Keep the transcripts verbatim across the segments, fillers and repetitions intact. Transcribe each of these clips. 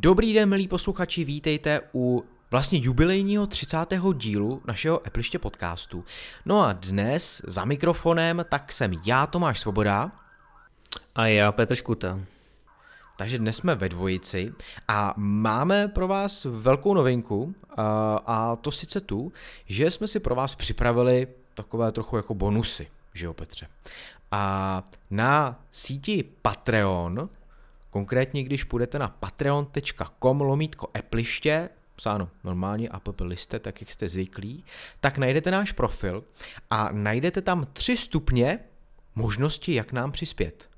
Dobrý den, milí posluchači, vítejte u vlastně jubilejního třicátého dílu našeho Appliště podcastu. No a dnes za mikrofonem tak jsem já, Tomáš Svoboda. A já, Petr Škuta. Takže dnes jsme ve dvojici a máme pro vás velkou novinku a to sice tu, že jsme si pro vás připravili takové trochu jako bonusy, že jo, Petře? A na síti Patreon, konkrétně když půjdete na patreon tečka com lomítko Appliště, psáno normálně app liste, tak jak jste zvyklí, tak najdete náš profil a najdete tam tři stupně možnosti, jak nám přispět.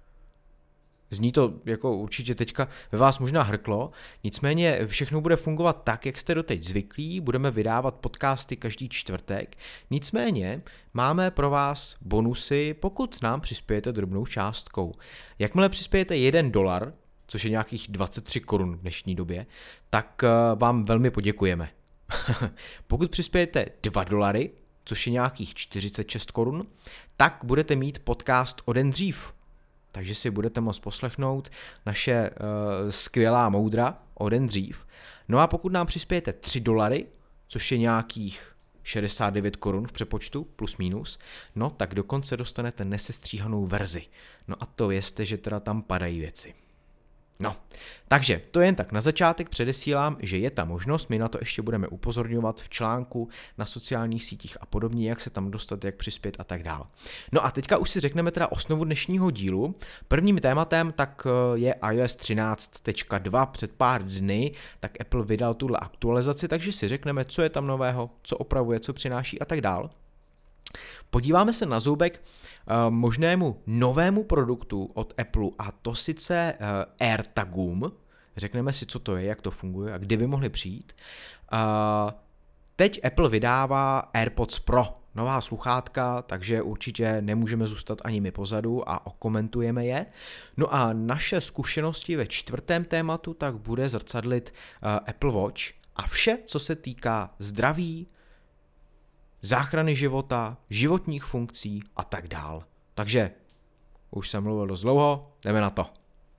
Zní to jako určitě teďka ve vás možná hrklo, nicméně všechno bude fungovat tak, jak jste doteď zvyklí, budeme vydávat podcasty každý čtvrtek, nicméně máme pro vás bonusy, pokud nám přispějete drobnou částkou. Jakmile přispějete jeden dolar, což je nějakých dvacet tři korun v dnešní době, tak vám velmi poděkujeme. Pokud přispějete dva dolary, což je nějakých čtyřicet šest korun, tak budete mít podcast o den dřív. Takže si budete moct poslechnout naše uh, skvělá moudra o den dřív. No a pokud nám přispějete tři dolary, což je nějakých šedesát devět korun v přepočtu, plus minus, no tak dokonce dostanete nesestříhanou verzi. No a to vězte, že teda tam padají věci. No, takže to jen tak na začátek předesílám, že je ta možnost, my na to ještě budeme upozorňovat v článku, na sociálních sítích a podobně, jak se tam dostat, jak přispět a tak dál. No a teďka už si řekneme teda osnovu dnešního dílu. Prvním tématem tak je iOS třináct tečka dva. Před pár dny tak Apple vydal tuhle aktualizaci, takže si řekneme, co je tam nového, co opravuje, co přináší a tak dál. Podíváme se na zoubek uh, možnému novému produktu od Apple, a to sice uh, AirTagům. Řekneme si, co to je, jak to funguje a kdy by mohli přijít. Uh, teď Apple vydává AirPods Pro, nová sluchátka, takže určitě nemůžeme zůstat ani my pozadu a okomentujeme je. No a naše zkušenosti ve čtvrtém tématu tak bude zrcadlit uh, Apple Watch a vše, co se týká zdraví, záchrany života, životních funkcí a tak dál. Takže už jsem mluvil dost dlouho, jdeme na to.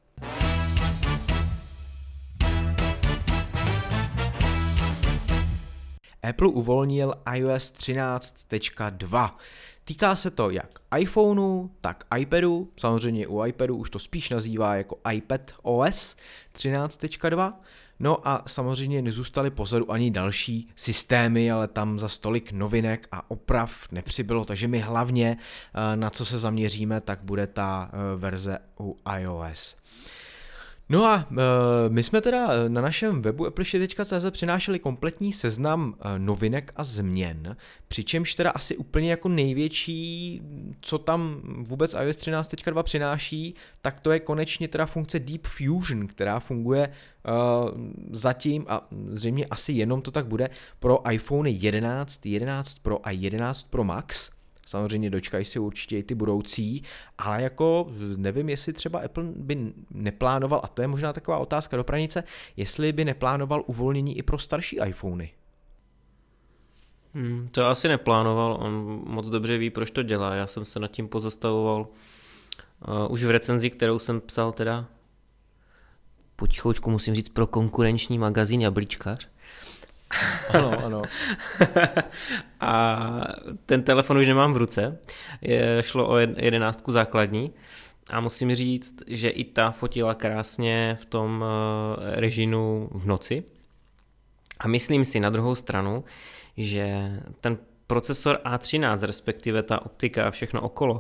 Apple uvolnil iOS třináct tečka dva. Týká se to jak iPhoneu, tak iPadu, samozřejmě u iPadu už to spíš nazývá jako iPadOS třináct tečka dva. No a samozřejmě nezůstaly pozadu ani další systémy, ale tam za stolik novinek a oprav nepřibylo, takže my hlavně na co se zaměříme, tak bude ta verze u iOS. No a my jsme teda na našem webu appliště tečka cé zet přinášeli kompletní seznam novinek a změn, přičemž teda asi úplně jako největší, co tam vůbec iOS třináct tečka dva přináší, tak to je konečně teda funkce Deep Fusion, která funguje uh, zatím a zřejmě asi jenom to tak bude pro iPhone jedenáct, jedenáct Pro a jedenáct Pro Max. Samozřejmě dočkají si určitě i ty budoucí, ale jako nevím, jestli třeba Apple by neplánoval, a to je možná taková otázka do pranice, jestli by neplánoval uvolnění i pro starší iPhony. Hmm, to asi neplánoval, on moc dobře ví, proč to dělá. Já jsem se nad tím pozastavoval uh, už v recenzi, kterou jsem psal teda potichoučku, musím říct, pro konkurenční magazín Jablíčkař. Ano, ano. A ten telefon už nemám v ruce, je, šlo o jedenáctku základní a musím říct, že i ta fotila krásně v tom režimu v noci a myslím si na druhou stranu, že ten procesor A třináct, respektive ta optika a všechno okolo,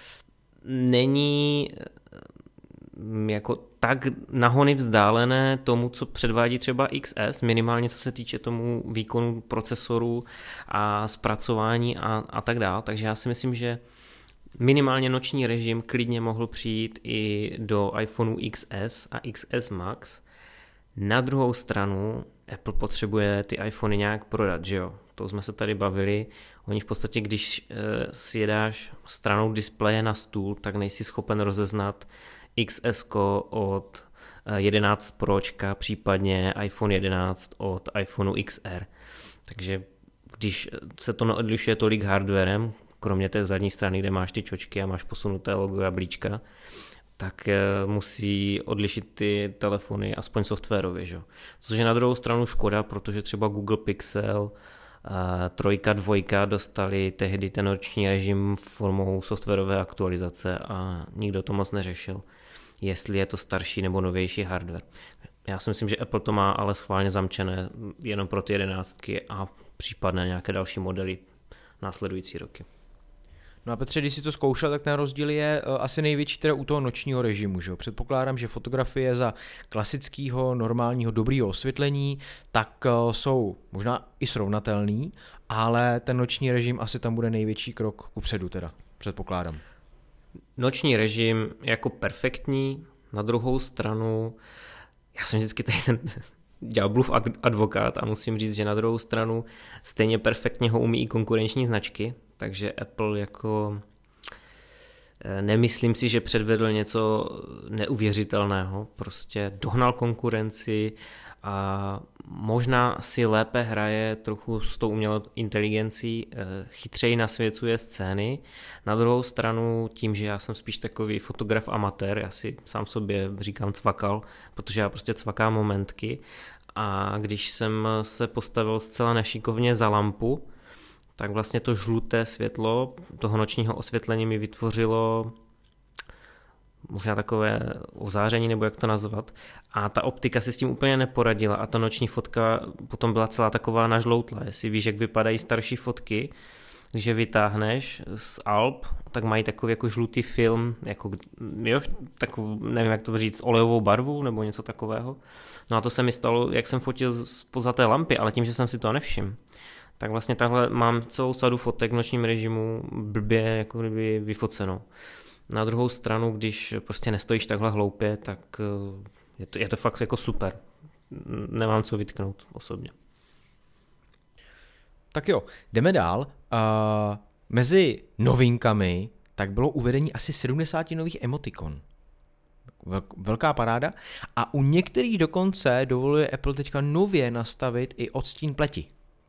není jako tak nahony vzdálené tomu, co předvádí třeba X S, minimálně co se týče tomu výkonu procesoru a zpracování a, a tak dále. Takže já si myslím, že minimálně noční režim klidně mohl přijít i do iPhoneu X S a X S Max. Na druhou stranu Apple potřebuje ty iPhony nějak prodat, že jo? To jsme se tady bavili. Oni v podstatě, když e, si jedáš stranou displeje na stůl, tak nejsi schopen rozeznat X S od jedenáct Pročka, případně iPhone jedenáct od iPhoneu X R. Takže když se to neodlišuje tolik hardwarem, kromě té zadní strany, kde máš ty čočky a máš posunuté logo jablíčka, tak musí odlišit ty telefony aspoň softwarově. Že? Což je na druhou stranu škoda, protože třeba Google Pixel, trojka, dvojka dostali tehdy ten noční režim formou softwarové aktualizace a nikdo to moc neřešil, jestli je to starší nebo novější hardware. Já si myslím, že Apple to má ale schválně zamčené jenom pro ty jedenáctky a případné nějaké další modely následující roky. No a Petře, když si to zkoušel, tak ten rozdíl je asi největší teda u toho nočního režimu. Že? Předpokládám, že fotografie za klasického, normálního, dobrýho osvětlení, tak jsou možná i srovnatelný, ale ten noční režim asi tam bude největší krok kupředu teda, předpokládám. Noční režim jako perfektní, na druhou stranu, já jsem vždycky tady ten ďáblův advokát a musím říct, že na druhou stranu stejně perfektně ho umí i konkurenční značky, takže Apple jako nemyslím si, že předvedl něco neuvěřitelného, prostě dohnal konkurenci a možná si lépe hraje trochu s tou umělou inteligencí, chytřeji nasvěcuje scény. Na druhou stranu tím, že já jsem spíš takový fotograf amatér, já si sám sobě říkám cvakal, protože já prostě cvakám momentky a když jsem se postavil zcela nešikovně za lampu, tak vlastně to žluté světlo toho nočního osvětlení mi vytvořilo možná takové ozáření, nebo jak to nazvat. A ta optika si s tím úplně neporadila a ta noční fotka potom byla celá taková nažloutlá. Jestli víš, jak vypadají starší fotky, když je vytáhneš z Alp, tak mají takový jako žlutý film, jako, jo, takovou, nevím, jak to říct, olejovou barvu nebo něco takového. No a to se mi stalo, jak jsem fotil spoza té lampy, ale tím, že jsem si to nevšiml, tak vlastně takhle mám celou sadu fotek v nočním režimu blbě jako kdyby vyfocenou. Na druhou stranu, když prostě nestojíš takhle hloupě, tak je to, je to fakt jako super. Nemám co vytknout osobně. Tak jo, jdeme dál. Uh, mezi novinkami tak bylo uvedení asi sedmdesát nových emotikon. Velká paráda. A u některých dokonce dovoluje Apple teďka nově nastavit i odstín pleti.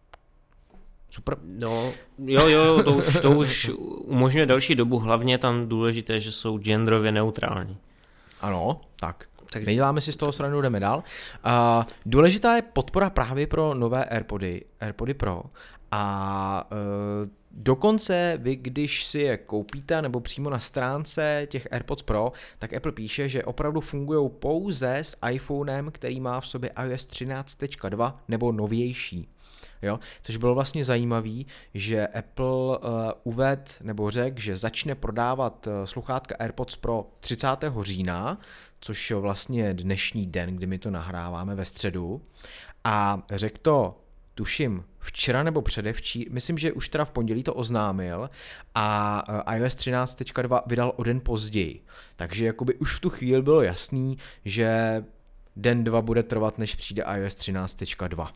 Super. No, jo, jo, to už, to už umožňuje další dobu, hlavně je tam důležité, že jsou genderově neutrální. Ano, tak. tak. Neděláme si z toho srandu, jdeme dál. Uh, důležitá je podpora právě pro nové AirPody, AirPody Pro a uh, dokonce vy, když si je koupíte nebo přímo na stránce těch AirPods Pro, tak Apple píše, že opravdu fungují pouze s iPhonem, který má v sobě iOS třináct tečka dva nebo novější. Jo? Což bylo vlastně zajímavý, že Apple uh, uvedl nebo řekl, že začne prodávat uh, sluchátka AirPods Pro třicátého října, což je vlastně dnešní den, kdy my to nahráváme ve středu. A řekl to, tuším, včera nebo předevčí, myslím, že už teda v pondělí to oznámil a uh, iOS třináct tečka dva vydal o den později. Takže jakoby už v tu chvíli bylo jasný, že den dva bude trvat, než přijde iOS třináct tečka dva.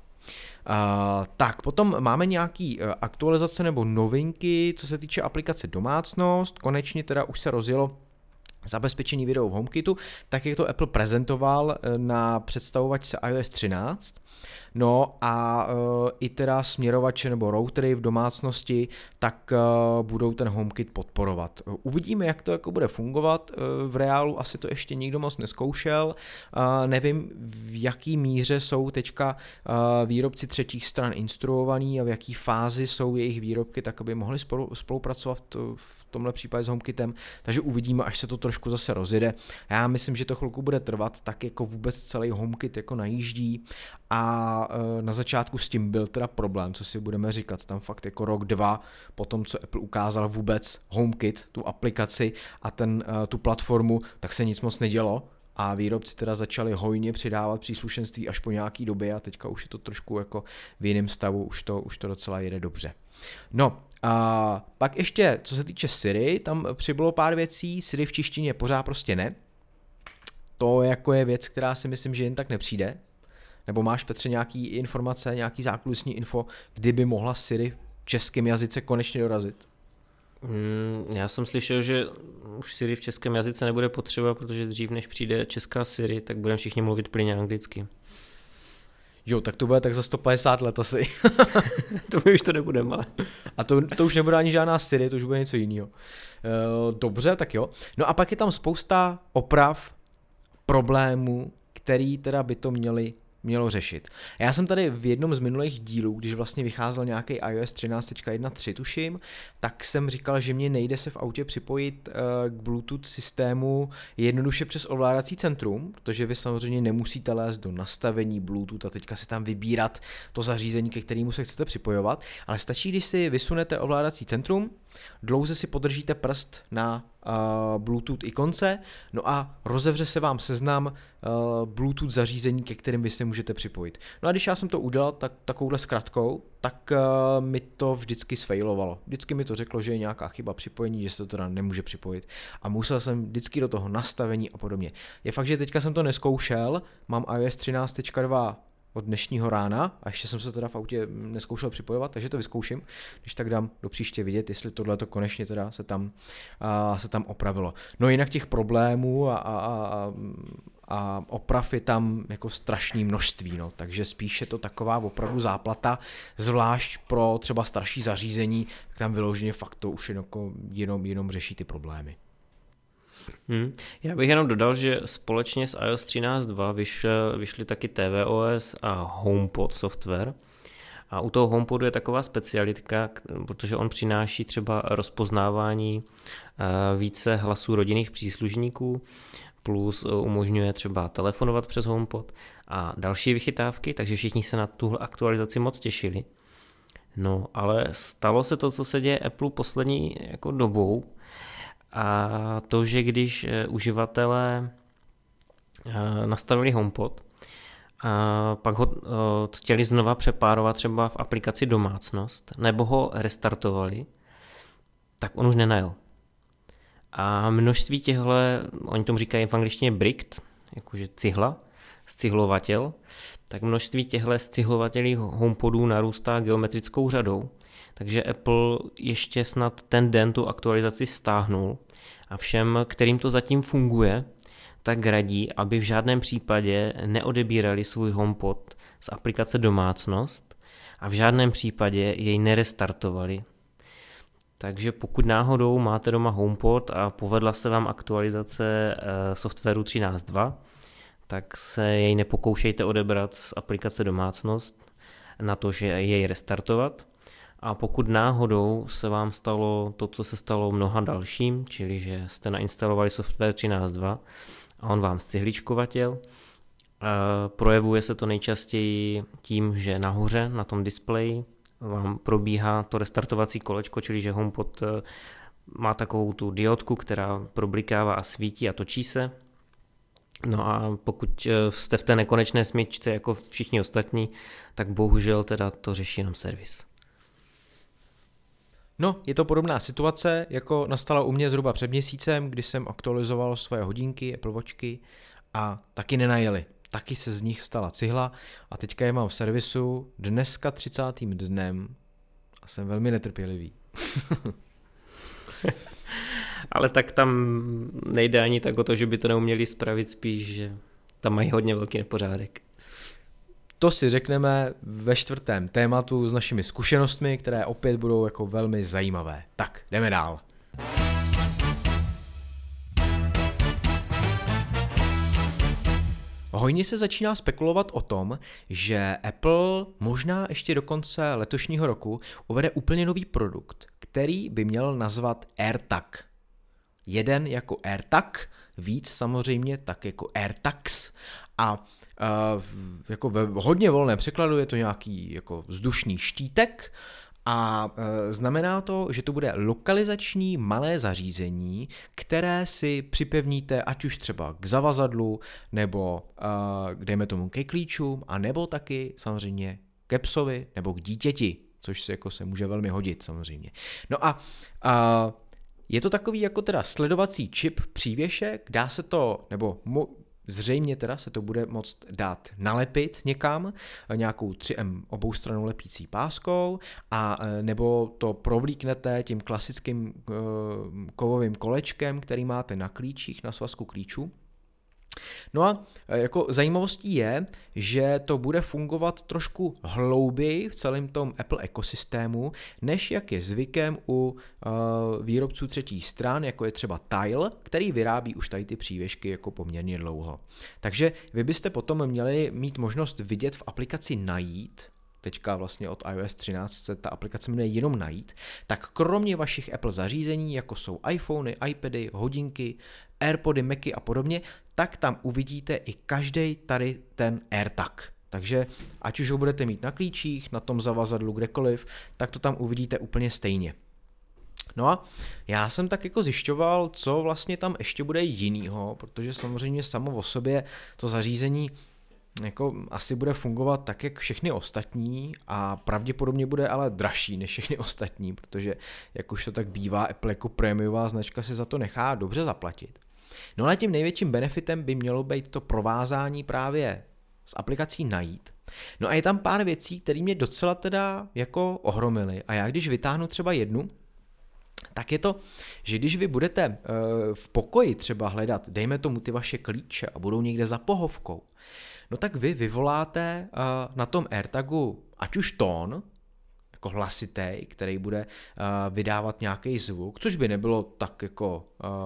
Uh, tak, potom máme nějaký uh, aktualizace nebo novinky, co se týče aplikace Domácnost. Konečně teda už se rozjelo zabezpečení videa v HomeKitu, tak jak to Apple prezentoval uh, na představovačce iOS třináct. No a uh, i teda směrovače nebo routery v domácnosti, tak uh, budou ten HomeKit podporovat. Uh, uvidíme, jak to jako bude fungovat. Uh, v reálu asi to ještě nikdo moc neskoušel. Uh, nevím, v jaký míře jsou teďka uh, výrobci třetích stran instruovaní a v jaký fázi jsou jejich výrobky, tak aby mohli spolu, spolupracovat v v tomhle případě s HomeKitem, takže uvidíme, až se to trošku zase rozjede. Já myslím, že to chvilku bude trvat, tak jako vůbec celý HomeKit jako najíždí a e, na začátku s tím byl teda problém, co si budeme říkat, tam fakt jako rok, dva, po tom, co Apple ukázal vůbec HomeKit, tu aplikaci a ten, e, tu platformu, tak se nic moc nedělo. A výrobci teda začali hojně přidávat příslušenství až po nějaký době a teďka už je to trošku jako v jiném stavu, už to, už to docela jede dobře. No, a pak ještě, co se týče Siri, tam přibylo pár věcí, Siri v češtině pořád prostě ne. To jako je věc, která si myslím, že jen tak nepřijde. Nebo máš, Petře, nějaký informace, nějaký zákulisní info, kdyby mohla Siri v českém jazyce konečně dorazit? Hmm, já jsem slyšel, že už Siri v českém jazyce nebude potřeba, protože dřív než přijde česká Siri, tak budeme všichni mluvit plynně anglicky. Jo, tak to bude tak za sto padesát let asi. To my už to nebudeme, ale. A to, to už nebude ani žádná Siri, to už bude něco jiného. Dobře, tak jo. No a pak je tam spousta oprav, problémů, který teda by to měli mělo řešit. Já jsem tady v jednom z minulých dílů, když vlastně vycházel nějaký iOS třináct tečka jedna tečka tři tuším, tak jsem říkal, že mě nejde se v autě připojit k Bluetooth systému jednoduše přes ovládací centrum, protože vy samozřejmě nemusíte lézt do nastavení Bluetooth a teďka si tam vybírat to zařízení, ke kterému se chcete připojovat, ale stačí, když si vysunete ovládací centrum, dlouze si podržíte prst na uh, Bluetooth ikonce, no a rozevře se vám seznam uh, Bluetooth zařízení, ke kterým vy se můžete připojit. No a když já jsem to udělal tak, takovouhle zkratkou, tak uh, mi to vždycky sfailovalo. Vždycky mi to řeklo, že je nějaká chyba připojení, že se to teda nemůže připojit. A musel jsem vždycky do toho nastavení a podobně. Je fakt, že teďka jsem to neskoušel, mám iOS třináct tečka dva od dnešního rána a ještě jsem se teda v autě neskoušel připojovat, takže to vyzkouším, když tak dám do příště vidět, jestli tohle to konečně teda se tam, a, se tam opravilo. No jinak těch problémů a, a, a, a oprav je tam jako strašné množství, no, takže spíš je to taková opravdu záplata, zvlášť pro třeba starší zařízení, tam vyloženě fakt to už jako jenom, jenom řeší ty problémy. Hmm. Já bych jenom dodal, že společně s iOS třináct tečka dva vyšly, vyšly taky tvOS a HomePod software. A u toho HomePodu je taková specialitka, protože on přináší třeba rozpoznávání více hlasů rodinných příslušníků, plus umožňuje třeba telefonovat přes HomePod a další vychytávky, takže všichni se na tu aktualizaci moc těšili. No, ale stalo se to, co se děje Apple poslední jako dobou, a to, že když uživatelé nastavili HomePod a pak ho chtěli znova přepárovat třeba v aplikaci Domácnost nebo ho restartovali, tak on už nenajel. A množství těchto, oni tomu říkají v angličtině bricked, jakože cihla, zcihlovatel, tak množství těchto zcihlovatelů HomePodů narůstá geometrickou řadou. Takže Apple ještě snad ten den tu aktualizaci stáhnul a všem, kterým to zatím funguje, tak radí, aby v žádném případě neodebírali svůj HomePod z aplikace Domácnost a v žádném případě jej nerestartovali. Takže pokud náhodou máte doma HomePod a povedla se vám aktualizace softwaru třináct tečka dva, tak se jej nepokoušejte odebrat z aplikace Domácnost na to, že jej restartovat. A pokud náhodou se vám stalo to, co se stalo mnoha dalším, čili že jste nainstalovali software třináct tečka dva a on vám zcihličkovatěl, projevuje se to nejčastěji tím, že nahoře na tom displeji vám probíhá to restartovací kolečko, čili že HomePod má takovou tu diodku, která problikává a svítí a točí se. No a pokud jste v té nekonečné smyčce jako všichni ostatní, tak bohužel teda to řeší jenom servis. No, je to podobná situace, jako nastala u mě zhruba před měsícem, kdy jsem aktualizoval svoje hodinky, Apple Watchky a taky nenajeli. Taky se z nich stala cihla a teďka je mám v servisu dneska třicátým dnem a jsem velmi netrpělivý. Ale tak tam nejde ani tak o to, že by to neuměli spravit, spíš, že tam mají hodně velký nepořádek. To si řekneme ve čtvrtém tématu s našimi zkušenostmi, které opět budou jako velmi zajímavé. Tak, jdeme dál. Hojně se začíná spekulovat o tom, že Apple možná ještě do konce letošního roku uvede úplně nový produkt, který by měl nazvat AirTag. Jeden jako AirTag, víc samozřejmě tak jako AirTags a Uh, jako ve hodně volném překladu je to nějaký jako vzdušný štítek a uh, znamená to, že to bude lokalizační malé zařízení, které si připevníte ať už třeba k zavazadlu nebo uh, dejme tomu ke klíčům a nebo taky samozřejmě ke psovi nebo k dítěti, což se jako se může velmi hodit samozřejmě. No a uh, je to takový jako teda sledovací čip přívěšek, dá se to, nebo mo- zřejmě teda se to bude moct dát nalepit někam, nějakou tři em oboustrannou lepící páskou a nebo to provlíknete tím klasickým kovovým kolečkem, který máte na klíčích, na svazku klíčů. No a jako zajímavostí je, že to bude fungovat trošku hlouběji v celém tom Apple ekosystému, než jak je zvykem u uh, výrobců třetích stran, jako je třeba Tile, který vyrábí už tady ty přívěšky jako poměrně dlouho. Takže vy byste potom měli mít možnost vidět v aplikaci Najít, teďka vlastně od iOS třináct se ta aplikace jmenuje jenom Najít, tak kromě vašich Apple zařízení, jako jsou iPhony, iPady, hodinky, AirPody, Macy a podobně, tak tam uvidíte i každý tady ten AirTag. Takže ať už ho budete mít na klíčích, na tom zavazadlu, kdekoliv, tak to tam uvidíte úplně stejně. No a já jsem tak jako zjišťoval, co vlastně tam ještě bude jinýho, protože samozřejmě samo o sobě to zařízení jako asi bude fungovat tak, jak všechny ostatní a pravděpodobně bude ale dražší než všechny ostatní, protože jak už to tak bývá, Apple jako prémiová značka si za to nechá dobře zaplatit. No ale tím největším benefitem by mělo být to provázání právě s aplikací Najít. No a je tam pár věcí, které mě docela teda jako ohromily a já když vytáhnu třeba jednu, tak je to, že když vy budete v pokoji třeba hledat, dejme tomu ty vaše klíče a budou někde za pohovkou, no tak vy vyvoláte na tom AirTagu ať už tón, jako hlasitej, který bude vydávat nějaký zvuk, což by nebylo tak jako,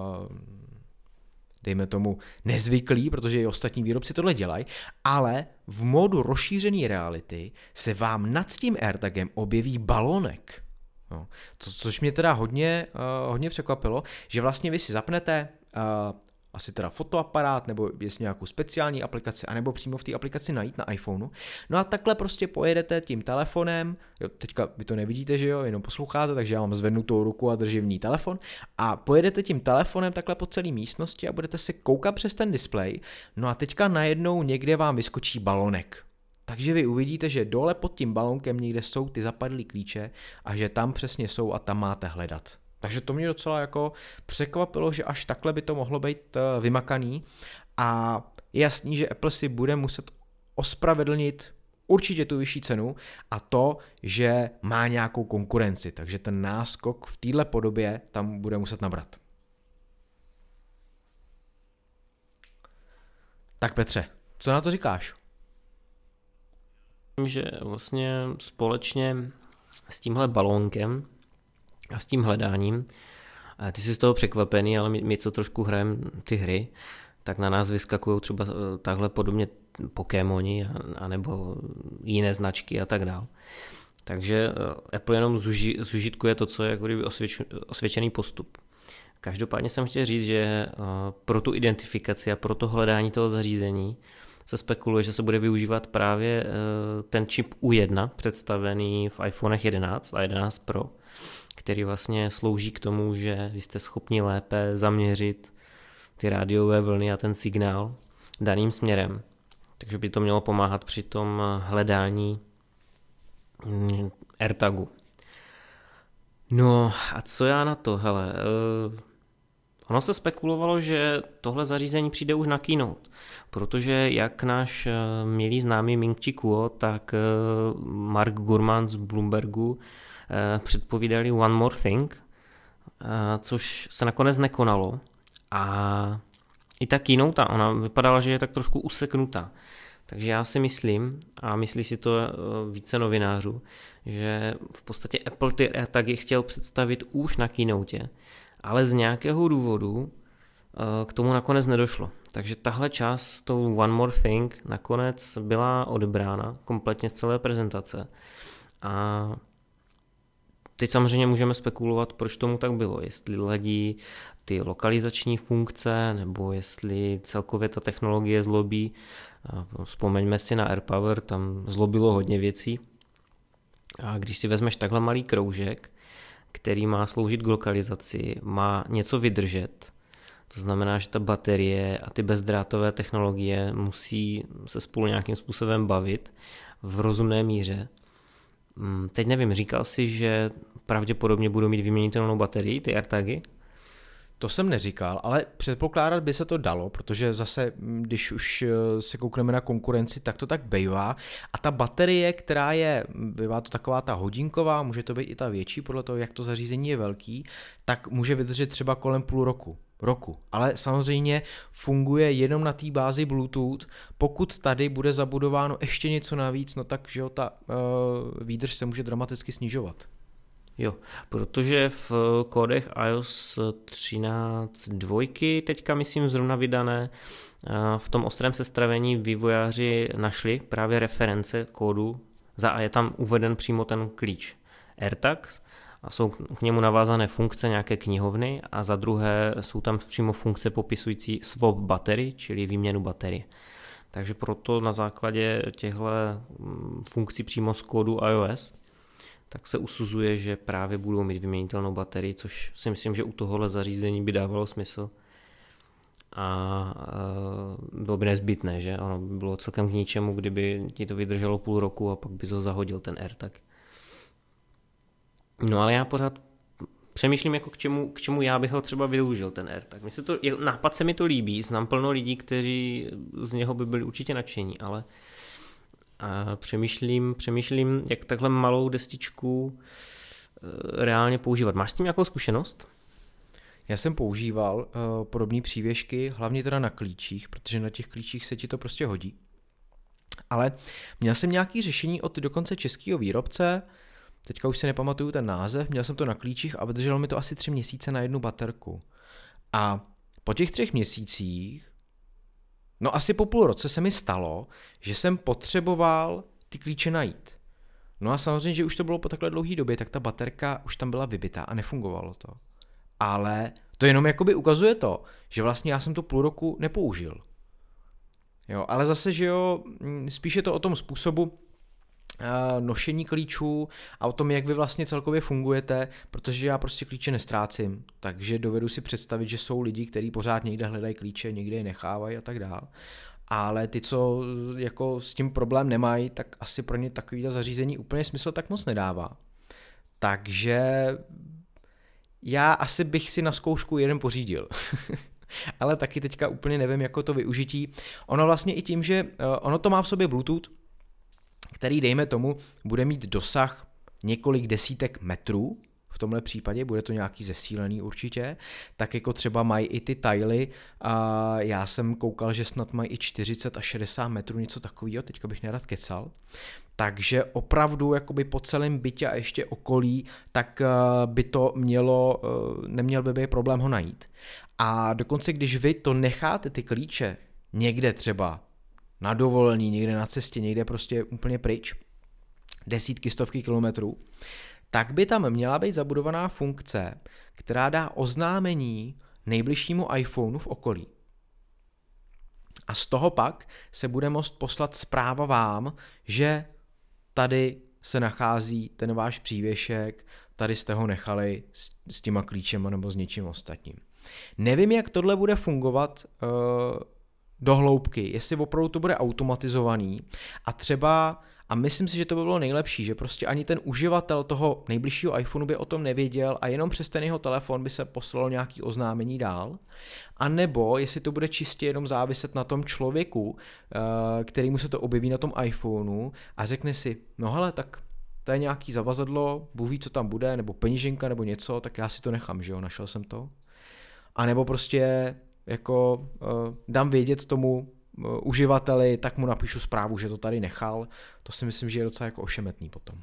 dejme tomu, nezvyklý, protože i ostatní výrobci tohle dělají, ale v módu rozšířené reality se vám nad tím AirTagem objeví balónek. No, co, což mě teda hodně, uh, hodně překvapilo, že vlastně vy si zapnete uh, asi teda fotoaparát, nebo jestli nějakou speciální aplikaci, anebo přímo v té aplikaci Najít na iPhoneu. No a takhle prostě pojedete tím telefonem, jo, teďka vy to nevidíte, že jo, jenom posloucháte, takže já mám zvednutou ruku a držím v ní telefon, a pojedete tím telefonem takhle po celé místnosti a budete se koukat přes ten displej, no a teďka najednou někde vám vyskočí balonek. Takže vy uvidíte, že dole pod tím balónkem někde jsou ty zapadlý klíče a že tam přesně jsou a tam máte hledat. Takže to mě docela jako překvapilo, že až takhle by to mohlo být vymakaný a je jasný, že Apple si bude muset ospravedlnit určitě tu vyšší cenu a to, že má nějakou konkurenci, takže ten náskok v téhle podobě tam bude muset nabrat. Tak Petře, co na to říkáš? Že vlastně společně s tímhle balónkem a s tím hledáním, ty jsi z toho překvapený, ale my, my co trošku hrajeme ty hry, tak na nás vyskakují třeba takhle podobně Pokémoni anebo jiné značky a tak dál. Takže Apple jenom zuži, zužitkuje to, co je jako kdyby osvědč, osvědčený postup. Každopádně jsem chtěl říct, že pro tu identifikaci a pro to hledání toho zařízení se spekuluje, že se bude využívat právě ten čip U jedna představený v iPhonech jedenáct a jedenáct Pro, který vlastně slouží k tomu, že vy jste schopni lépe zaměřit ty rádiové vlny a ten signál daným směrem. Takže by to mělo pomáhat při tom hledání AirTagu. No a co já na to? Hele, uh, ono se spekulovalo, že tohle zařízení přijde už na Keynote, protože jak náš uh, milý známý Ming-Chi Kuo, tak uh, Mark Gurman z Bloombergu uh, předpovídali One More Thing, uh, což se nakonec nekonalo. A i ta Keynote, ona vypadala, že je tak trošku useknutá. Takže já si myslím, a myslí si to více novinářů, že v podstatě Apple ty AirTagy chtěl představit už na Keynote, ale z nějakého důvodu k tomu nakonec nedošlo. Takže tahle část s tou One More Thing nakonec byla odebrána kompletně z celé prezentace. A teď samozřejmě můžeme spekulovat, proč tomu tak bylo. Jestli ladí ty lokalizační funkce, nebo jestli celkově ta technologie zlobí. Vzpomeňme si na AirPower, tam zlobilo hodně věcí. A když si vezmeš takhle malý kroužek, který má sloužit k lokalizaci, má něco vydržet, to znamená, že ta baterie a ty bezdrátové technologie musí se spolu nějakým způsobem bavit v rozumné míře. Teď nevím, říkal jsi, že pravděpodobně budou mít vyměnitelnou baterii, ty AirTagy? To jsem neříkal, ale předpokládat by se to dalo, protože zase, když už se koukneme na konkurenci, tak to tak bývá. A ta baterie, která je, bývá to taková ta hodinková, může to být i ta větší, podle toho, jak to zařízení je velký, tak může vydržet třeba kolem půl roku. roku. Ale samozřejmě funguje jenom na té bázi Bluetooth. Pokud tady bude zabudováno ještě něco navíc, no tak, že jo, ta uh, výdrž se může dramaticky snižovat. Jo, protože v kódech iOS třináct dva teďka myslím zrovna vydané, v tom ostrém sestavení vývojáři našli právě reference kódu, za a je tam uveden přímo ten klíč AirTags a jsou k němu navázané funkce nějaké knihovny a za druhé jsou tam přímo funkce popisující swap battery, čili výměnu baterie. Takže proto na základě těchto funkcí přímo z kódu iOS tak se usuzuje, že právě budou mít vyměnitelnou baterii, což si myslím, že u tohohle zařízení by dávalo smysl. A bylo by nezbytné, že? Ono by bylo celkem k ničemu, kdyby ti to vydrželo půl roku a pak bys ho zahodil, ten AirTag. No ale já pořád přemýšlím, jako k čemu, k čemu já bych ho třeba využil, ten AirTag. Mně se to, nápad se mi to líbí, znám plno lidí, kteří z něho by byli určitě nadšení, ale a přemýšlím, přemýšlím, jak takhle malou destičku reálně používat. Máš s tím nějakou zkušenost? Já jsem používal uh, podobné přívěšky, hlavně teda na klíčích, protože na těch klíčích se ti to prostě hodí. Ale měl jsem nějaké řešení od dokonce českého výrobce, teďka už si nepamatuju ten název, měl jsem to na klíčích a vydrželo mi to asi tři měsíce na jednu baterku. A po těch třech měsících, no asi po půl roce se mi stalo, že jsem potřeboval ty klíče najít. No a samozřejmě, že už to bylo po takhle dlouhé době, tak ta baterka už tam byla vybitá a nefungovalo to. Ale to jenom jakoby ukazuje to, že vlastně já jsem to půl roku nepoužil. Jo, ale zase, že jo, spíš je to o tom způsobu nošení klíčů a o tom, jak vy vlastně celkově fungujete, protože já prostě klíče nestrácím, takže dovedu si představit, že jsou lidi, kteří pořád někde hledají klíče, někde je nechávají a tak dál. Ale ty, co jako s tím problém nemají, tak asi pro ně takovýhle zařízení úplně smysl tak moc nedává. Takže já asi bych si na zkoušku jeden pořídil. Ale taky teďka úplně nevím, jako to využití. Ono vlastně i tím, že ono to má v sobě Bluetooth, který, dejme tomu, bude mít dosah několik desítek metrů, v tomhle případě bude to nějaký zesílený určitě, tak jako třeba mají i ty Tily a já jsem koukal, že snad mají i čtyřicet až šedesát metrů, něco takového, teďka bych nerad kecal. Takže opravdu jakoby po celém bytě a ještě okolí, tak by to mělo, neměl by být problém ho najít. A dokonce, když vy to necháte ty klíče někde třeba na dovolení, někde na cestě, někde prostě úplně pryč, desítky, stovky kilometrů, tak by tam měla být zabudovaná funkce, která dá oznámení nejbližšímu iPhoneu v okolí. A z toho pak se bude moct poslat zpráva vám, že tady se nachází ten váš přívěšek, tady jste ho nechali s, s těma klíčema nebo s něčím ostatním. Nevím, jak tohle bude fungovat uh, do hloubky, jestli opravdu to bude automatizovaný a třeba, a myslím si, že to by bylo nejlepší, že prostě ani ten uživatel toho nejbližšího iPhoneu by o tom nevěděl a jenom přes ten jeho telefon by se poslalo nějaký oznámení dál, a nebo jestli to bude čistě jenom záviset na tom člověku, který mu se to objeví na tom iPhoneu a řekne si, no hele, tak to je nějaký zavazadlo, Bůh ví, co tam bude, nebo peníženka, nebo něco, tak já si to nechám, že jo, našel jsem to. A nebo prostě jako uh, dám vědět tomu uh, uživateli, tak mu napíšu zprávu, že to tady nechal. To si myslím, že je docela jako ošemetný potom.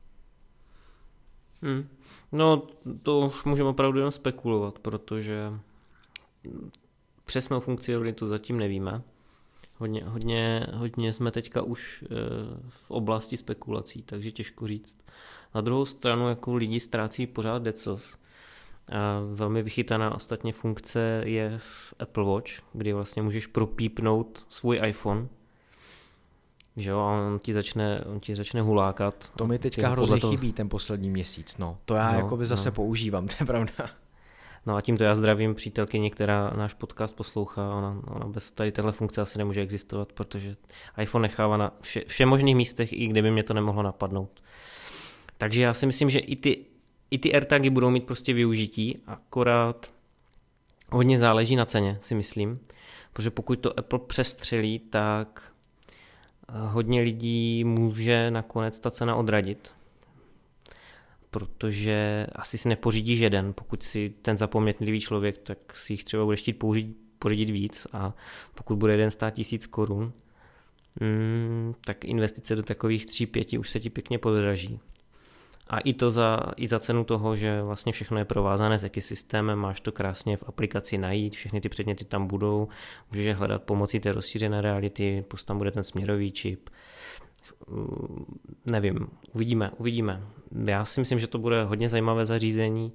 Hmm. No, to už můžeme opravdu jen spekulovat, protože přesnou funkcionalitu zatím nevíme. Hodně, hodně, hodně jsme teďka už uh, v oblasti spekulací, takže těžko říct. Na druhou stranu jako lidi ztrácí pořád decos. A velmi vychytaná ostatně funkce je v Apple Watch, kdy vlastně můžeš propípnout svůj iPhone, že jo, a on ti začne, on ti začne hulákat. To mi teďka hrozně toho... chybí ten poslední měsíc, no. To já no, jakoby zase no. používám, to je pravda. No a tímto já zdravím přítelkyni, která náš podcast poslouchá, ona, ona bez tady téhle funkce asi nemůže existovat, protože iPhone nechává na vše, vše možných místech, i kde by mě to nemohlo napadnout. Takže já si myslím, že i ty I ty AirTagy budou mít prostě využití, akorát Hodně záleží na ceně, si myslím, protože pokud to Apple přestřelí, tak hodně lidí může nakonec ta cena odradit, protože asi si nepořídíš jeden, pokud si ten zapomnětlivý člověk, tak si jich třeba budeš chtít pořídit, pořídit víc, a pokud bude jeden stát tisíc korun, hmm, tak investice do takových tří, pěti už se ti pěkně podraží. A i to za, i za cenu toho, že vlastně všechno je provázané s ekosystémem, máš to krásně v aplikaci najít, všechny ty předměty tam budou, můžeš je hledat pomocí té rozšířené reality, plus tam bude ten směrový čip. Nevím, uvidíme, uvidíme. Já si myslím, že to bude hodně zajímavé zařízení,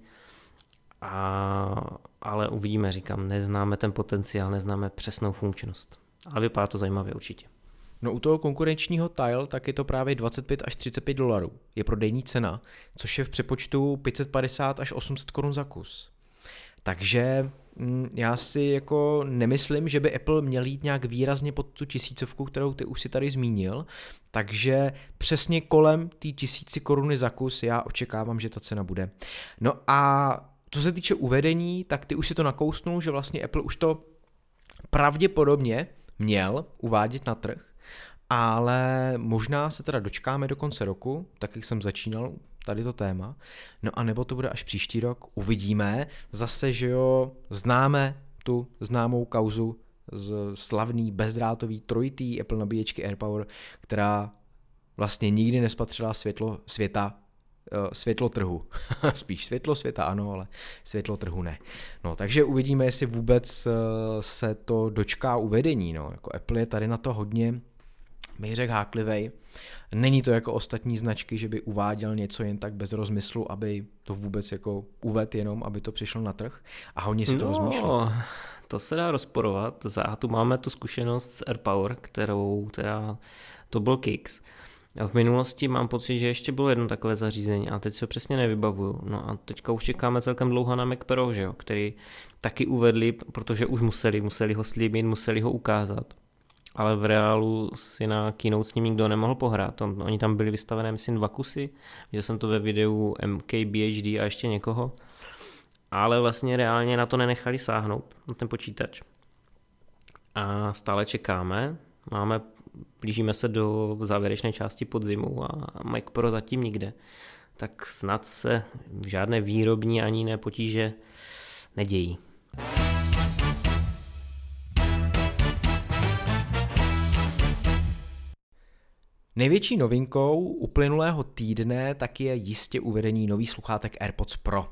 a, ale uvidíme, říkám, neznáme ten potenciál, neznáme přesnou funkčnost. Ale vypadá to zajímavě určitě. No u toho konkurenčního Tile tak je to právě dvacet pět až třicet pět dolarů. Je prodejní cena, což je v přepočtu pět set padesát až osm set korun za kus. Takže mm, já si jako nemyslím, že by Apple měl jít nějak výrazně pod tu tisícovku, kterou ty už si tady zmínil. Takže přesně kolem té tisíci koruny za kus já očekávám, že ta cena bude. No a co se týče uvedení, tak ty už si to nakousnul, že vlastně Apple už to pravděpodobně měl uvádět na trh, ale možná se teda dočkáme do konce roku, tak jak jsem začínal tady to téma, no a nebo to bude až příští rok, uvidíme. Zase, že jo, známe tu známou kauzu z slavný bezdrátový trojitý Apple nabíječky AirPower, která vlastně nikdy nespatřila světlo světa, světlo trhu. Spíš světlo světa ano, ale světlo trhu ne. No, takže uvidíme, jestli vůbec se to dočká uvedení. No. Jako Apple je tady na to hodně, bych řekl, háklivej. Není to jako ostatní značky, že by uváděl něco jen tak bez rozmyslu, aby to vůbec jako uvedl jenom, aby to přišlo na trh, a hodně si to no, rozmýšlel. To se dá rozporovat. Za tu máme tu zkušenost s AirPower, kterou teda to byl Kix. A v minulosti mám pocit, že ještě bylo jedno takové zařízení, a teď se ho přesně nevybavuju. No a teďka už čekáme celkem dlouho na Mac Pro, že jo, který taky uvedli, protože už museli, museli ho slíbit, museli ho ukázat. Ale v reálu si na keynote s ním nikdo nemohl pohrát. Oni tam byli vystavené, myslím, dva kusy. Viděl jsem to ve videu M K B H D a ještě někoho. Ale vlastně reálně na to nenechali sáhnout, na ten počítač. A stále čekáme. Máme, blížíme se do závěrečné části podzimu a Mac Pro zatím nikde. Tak snad se žádné výrobní ani ne potíže nedějí. Největší novinkou uplynulého týdne tak je jistě uvedení nových sluchátek AirPods Pro.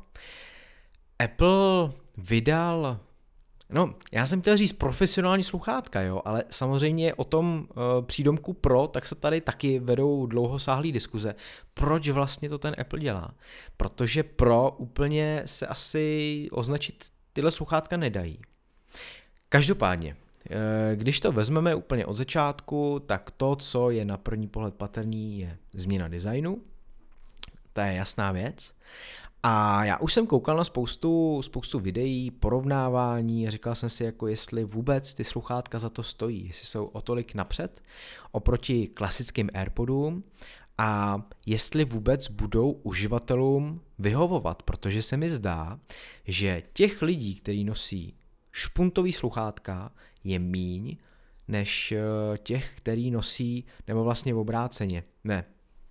Apple vydal, no já jsem chtěl říct profesionální sluchátka, jo, ale samozřejmě o tom e, přídomku Pro, tak se tady taky vedou dlouhosáhlý diskuze. Proč vlastně to ten Apple dělá? Protože Pro úplně se asi označit tyhle sluchátka nedají. Každopádně, když to vezmeme úplně od začátku, tak to, co je na první pohled patrný, je změna designu. To je jasná věc. A já už jsem koukal na spoustu, spoustu videí, porovnávání a říkal jsem si, jako jestli vůbec ty sluchátka za to stojí, jestli jsou o tolik napřed oproti klasickým AirPodům a jestli vůbec budou uživatelům vyhovovat, protože se mi zdá, že těch lidí, kteří nosí špuntový sluchátka, je míň než těch, který nosí, nebo vlastně v obráceně, ne,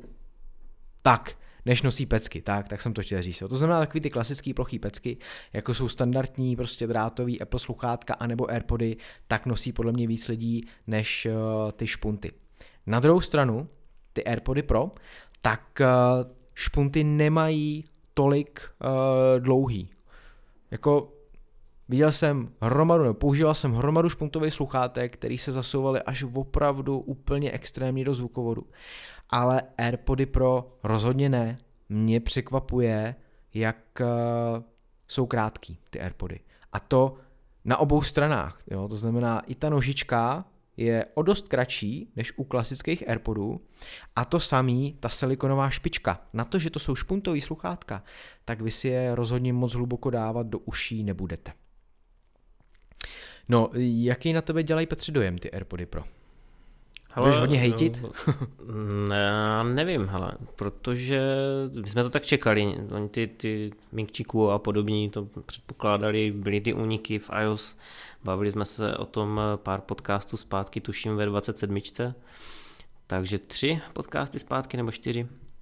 tak, než nosí pecky, tak, tak jsem to chtěl říct. To znamená takový ty klasický plochý pecky, jako jsou standardní prostě drátový Apple sluchátka anebo AirPody, tak nosí podle mě víc lidí než uh, ty špunty. Na druhou stranu, ty AirPody Pro, tak uh, špunty nemají tolik uh, dlouhý. Jako viděl jsem hromadu, nebo používal jsem hromadu špuntových sluchátek, který se zasouvaly až opravdu úplně extrémně do zvukovodu. Ale AirPody Pro rozhodně ne. Mě překvapuje, jak uh, jsou krátký ty AirPody. A to na obou stranách. Jo? To znamená, i ta nožička je o dost kratší než u klasických AirPodů a to samý, ta silikonová špička. Na to, že to jsou špuntový sluchátka, tak vy si je rozhodně moc hluboko dávat do uší nebudete. No, jaký na tebe dělají, Petře, dojem ty AirPody Pro? Budeš hodně hejtit? Ne, nevím, hele, protože my jsme to tak čekali, oni ty, ty Minkchiku a podobní to předpokládali, byly ty úniky v iOS, bavili jsme se o tom pár podcastů zpátky, tuším ve dvacet sedm, takže tři podcasty zpátky nebo čtyři.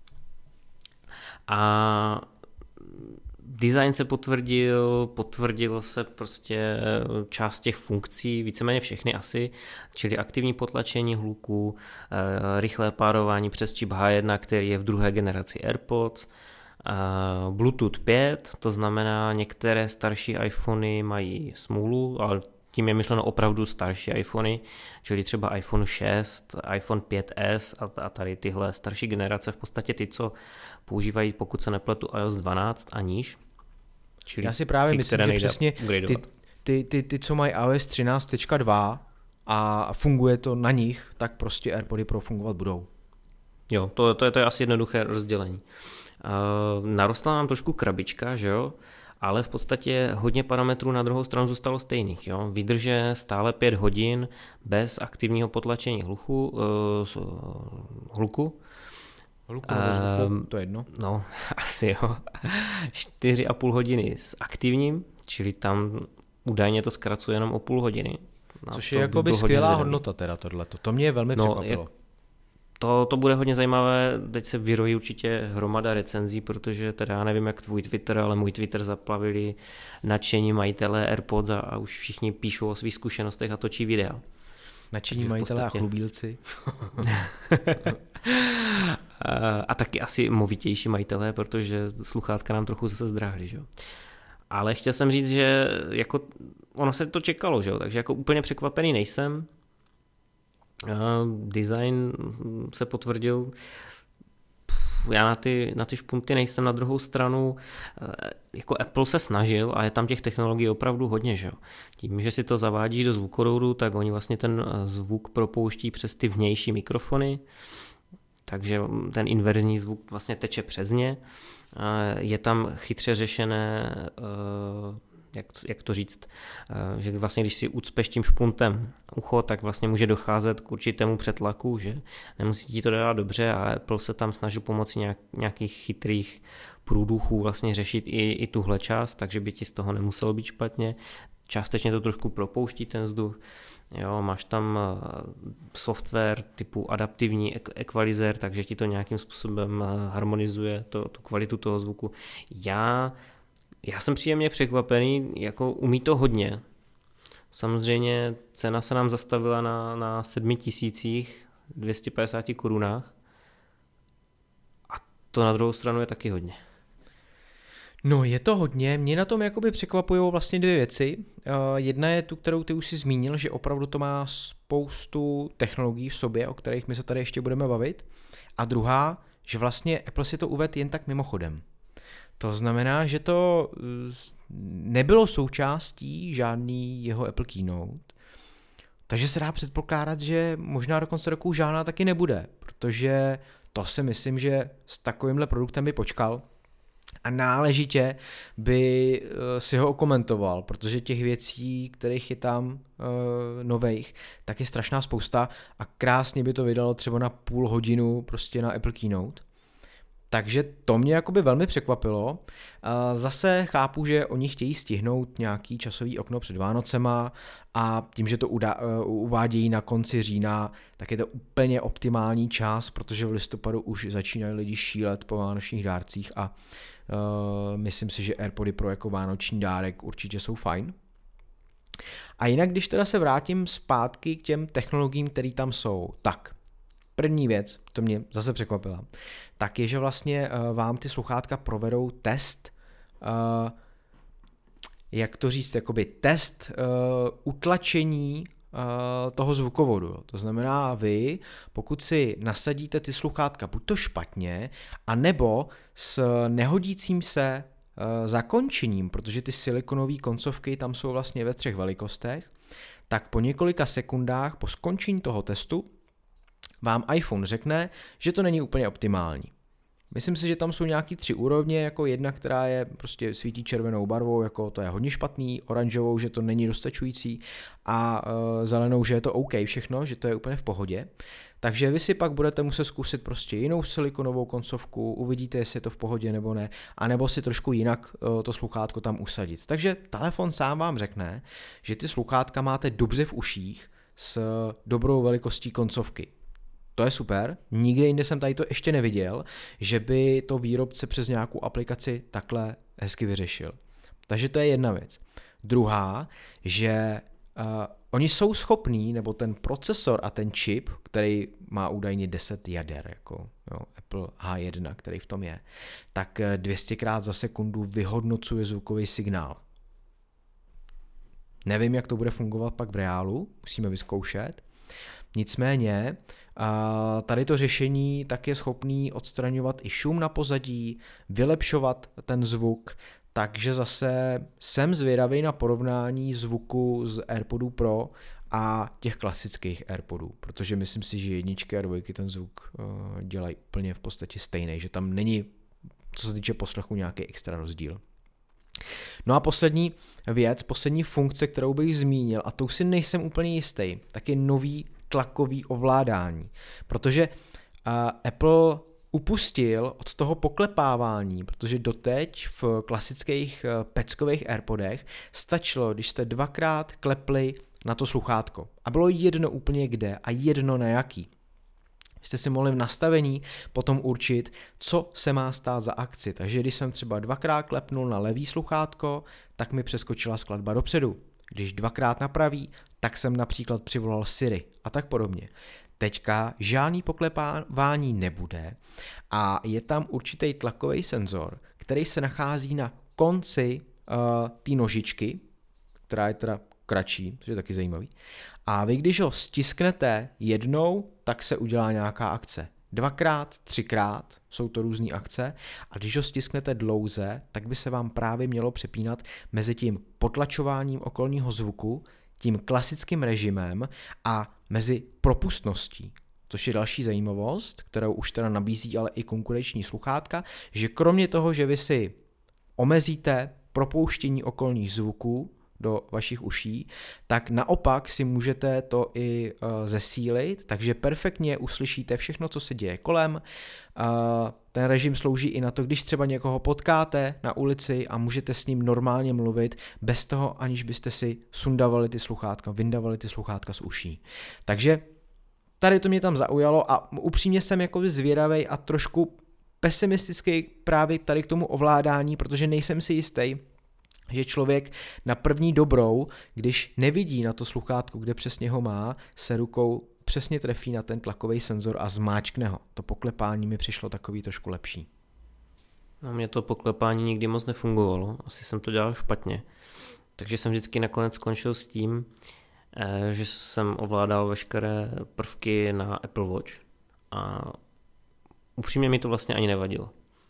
A design se potvrdil, potvrdilo se prostě část těch funkcí, víceméně všechny asi, čili aktivní potlačení hluku, rychlé párování přes čip H jedna, který je v druhé generaci AirPods, Bluetooth pět, to znamená některé starší iPhony mají smůlu, ale tím je myšleno opravdu starší iPhony, čili třeba iPhone šest, iPhone pět S a, a tady tyhle starší generace, v podstatě ty, co používají, pokud se nepletu, iOS dvanáct a níž. Čili Já si právě ty, myslím, že přesně ty, ty, ty, ty, co mají iOS třináct tečka dva a funguje to na nich, tak prostě AirPody Pro fungovat budou. Jo, to, to, je, to je asi jednoduché rozdělení. Uh, narostla nám trošku krabička, že jo? Ale v podstatě hodně parametrů na druhou stranu zůstalo stejných. Jo? Vydrže stále pět hodin bez aktivního potlačení hluchu, uh, hluku. Hluku nebo zvuku, um, to je jedno. No, asi jo. čtyři a půl hodiny s aktivním, čili tam údajně to zkracuje jenom o půl hodiny. Což je jakoby skvělá hodnota teda tohleto. To mě velmi překvapilo. No, To, to bude hodně zajímavé, teď se vyrojí určitě hromada recenzí, protože teda já nevím jak tvůj Twitter, ale můj Twitter zaplavili nadšení majitelé AirPods a, a už všichni píšou o svých zkušenostech a točí videa. Nadšení majitelé podstatě... a chlubílci. a, a taky asi movitější majitelé, protože sluchátka nám trochu zase zdráhly, že jo. Ale chtěl jsem říct, že jako ono se to čekalo, že jo, takže jako úplně překvapený nejsem. Design se potvrdil, já na ty, na ty špunty nejsem, na druhou stranu jako Apple se snažil a je tam těch technologií opravdu hodně, že jo. Tím, že si to zavádíš do zvukoroudu, tak oni vlastně ten zvuk propouští přes ty vnější mikrofony, takže ten inverzní zvuk vlastně teče přes ně. Je tam chytře řešené, Jak, jak to říct, že vlastně když si ucpeš tím špuntem ucho, tak vlastně může docházet k určitému přetlaku, že nemusí ti to dát dobře a Apple se tam snažil pomocí nějak, nějakých chytrých průduchů vlastně řešit i, i tuhle část, takže by ti z toho nemuselo být špatně. Částečně to trošku propouští ten vzduch. Jo, máš tam software typu adaptivní equalizer, takže ti to nějakým způsobem harmonizuje to, tu kvalitu toho zvuku. Já Já jsem příjemně překvapený, jako umí to hodně. Samozřejmě cena se nám zastavila na, na sedmi tisících dvě stě padesát korunách a to na druhou stranu je taky hodně. No je to hodně, mě na tom jakoby překvapují vlastně dvě věci. Uh, jedna je tu, kterou ty už si zmínil, že opravdu to má spoustu technologií v sobě, o kterých my se tady ještě budeme bavit. A druhá, že vlastně Apple si to uvedl jen tak mimochodem. To znamená, že to nebylo součástí žádný jeho Apple Keynote, takže se dá předpokládat, že možná do konce roku žádná taky nebude, protože to si myslím, že s takovýmhle produktem by počkal a náležitě by si ho okomentoval, protože těch věcí, kterých je tam uh, novejch, tak je strašná spousta a krásně by to vydalo třeba na půl hodinu prostě na Apple Keynote. Takže to mě jakoby velmi překvapilo. Zase chápu, že oni chtějí stihnout nějaký časový okno před Vánocema a tím, že to uvádějí na konci října, tak je to úplně optimální čas, protože v listopadu už začínají lidi šílet po vánočních dárcích a uh, myslím si, že AirPody Pro jako vánoční dárek určitě jsou fajn. A jinak, když teda se vrátím zpátky k těm technologiím, které tam jsou, tak první věc, to mě zase překvapila, tak je, že vlastně uh, vám ty sluchátka provedou test, uh, jak to říct, jakoby test uh, utlačení uh, toho zvukovodu. Jo. To znamená, vy, pokud si nasadíte ty sluchátka buď to špatně, anebo s nehodícím se uh, zakončením, protože ty silikonové koncovky tam jsou vlastně ve třech velikostech, tak po několika sekundách po skončení toho testu vám iPhone řekne, že to není úplně optimální. Myslím si, že tam jsou nějaký tři úrovně, jako jedna, která je prostě svítí červenou barvou, jako to je hodně špatný, oranžovou, že to není dostačující a e, zelenou, že je to OK všechno, že to je úplně v pohodě. Takže vy si pak budete muset zkusit prostě jinou silikonovou koncovku, uvidíte, jestli je to v pohodě nebo ne, anebo si trošku jinak e, to sluchátko tam usadit. Takže telefon sám vám řekne, že ty sluchátka máte dobře v uších s dobrou velikostí koncovky. To je super, nikde jinde jsem tady to ještě neviděl, že by to výrobce přes nějakou aplikaci takhle hezky vyřešil. Takže to je jedna věc. Druhá, že uh, oni jsou schopní, nebo ten procesor a ten čip, který má údajně deset jader, jako jo, Apple H jedna, který v tom je, tak dvě stě krát za sekundu vyhodnocuje zvukový signál. Nevím, jak to bude fungovat pak v reálu, musíme vyzkoušet. Nicméně tady to řešení tak je schopný odstraňovat i šum na pozadí, vylepšovat ten zvuk, takže zase jsem zvědavý na porovnání zvuku z AirPodů Pro a těch klasických AirPodů, protože myslím si, že jedničky a dvojky ten zvuk dělají úplně v podstatě stejný, že tam není, co se týče poslechu, nějaký extra rozdíl. No a poslední věc, poslední funkce, kterou bych zmínil, a to už si nejsem úplně jistý, tak je nový tlakový ovládání, protože uh, Apple upustil od toho poklepávání, protože doteď v klasických uh, peckových AirPodech stačilo, když jste dvakrát klepli na to sluchátko a bylo jedno úplně kde a jedno na jaký. Jste si mohli v nastavení potom určit, co se má stát za akci. Takže když jsem třeba dvakrát klepnul na levý sluchátko, tak mi přeskočila skladba dopředu. Když dvakrát na pravý, tak jsem například přivolal Siri a tak podobně. Teďka žádný poklepávání nebude a je tam určitý tlakový senzor, který se nachází na konci uh, té nožičky, která je teda kratší, což je taky zajímavý. A vy, když ho stisknete jednou, tak se udělá nějaká akce. Dvakrát, třikrát jsou to různé akce a když ho stisknete dlouze, tak by se vám právě mělo přepínat mezi tím potlačováním okolního zvuku, tím klasickým režimem a mezi propustností. Což je další zajímavost, kterou už teda nabízí ale i konkurenční sluchátka, že kromě toho, že vy si omezíte propouštění okolních zvuků do vašich uší, tak naopak si můžete to i uh, zesílit, takže perfektně uslyšíte všechno, co se děje kolem. Uh, ten režim slouží i na to, když třeba někoho potkáte na ulici a můžete s ním normálně mluvit, bez toho, aniž byste si sundavali ty sluchátka, vyndavali ty sluchátka z uší. Takže tady to mě tam zaujalo a upřímně jsem jako zvědavej a trošku pesimistický právě tady k tomu ovládání, protože nejsem si jistý, že člověk na první dobrou, když nevidí na to sluchátko, kde přesně ho má, se rukou přesně trefí na ten tlakový senzor a zmáčkne ho. To poklepání mi přišlo takový trošku lepší. No, mně to poklepání nikdy moc nefungovalo, asi jsem to dělal špatně. Takže jsem vždycky nakonec skončil s tím, že jsem ovládal veškeré prvky na Apple Watch a upřímně mi to vlastně ani nevadilo.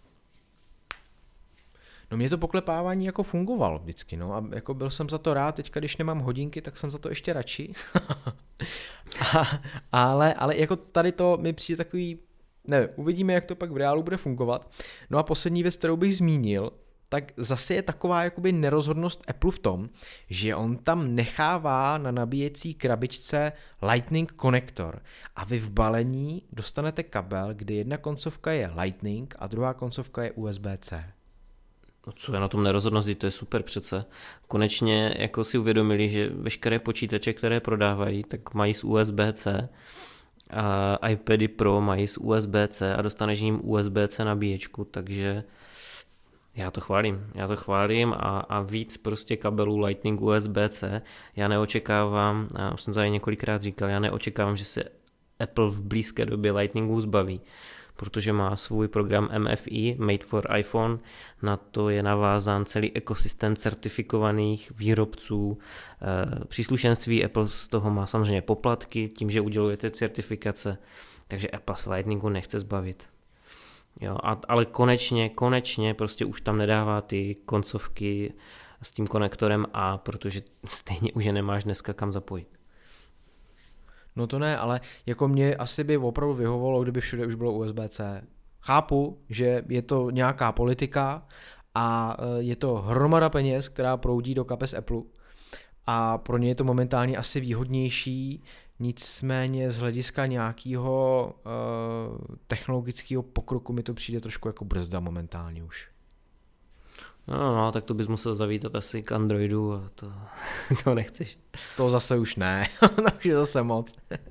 No mě to poklepávání jako fungovalo vždycky, no a jako byl jsem za to rád, teďka když nemám hodinky, tak jsem za to ještě radši. a, ale, ale jako tady to mi přijde takový, nevím, uvidíme, jak to pak v reálu bude fungovat. No a poslední věc, kterou bych zmínil, tak zase je taková jakoby nerozhodnost Apple v tom, že on tam nechává na nabíjecí krabičce Lightning konektor a vy v balení dostanete kabel, kdy jedna koncovka je Lightning a druhá koncovka je U S B C. No co je na tom nerozhodnost, to je super přece. Konečně jako si uvědomili, že veškeré počítače, které prodávají, tak mají z U S B C a iPady Pro mají z U S B C a dostaneš jim U S B C nabíječku, takže já to chválím, já to chválím a, a víc prostě kabelů Lightning U S B C. Já neočekávám, já už jsem to tady několikrát říkal, já neočekávám, že se Apple v blízké době Lightningu zbaví, protože má svůj program M F I, Made for iPhone, na to je navázán celý ekosystém certifikovaných výrobců, e, příslušenství Apple z toho má samozřejmě poplatky, tím, že udělujete certifikace, takže Apple se Lightningu nechce zbavit. Jo, a, ale konečně, konečně prostě už tam nedává ty koncovky s tím konektorem A, protože stejně už je nemáš dneska kam zapojit. No to ne, ale jako mě asi by opravdu vyhovovalo, kdyby všude už bylo U S B C. chápu, že je to nějaká politika a je to hromada peněz, která proudí do kapes Apple a pro ně je to momentálně asi výhodnější, nicméně z hlediska nějakého uh, technologického pokroku mi to přijde trošku jako brzda momentálně už. No, no, tak to bys musel zavítat asi k Androidu a to, to nechceš. To zase už ne, to už je zase moc.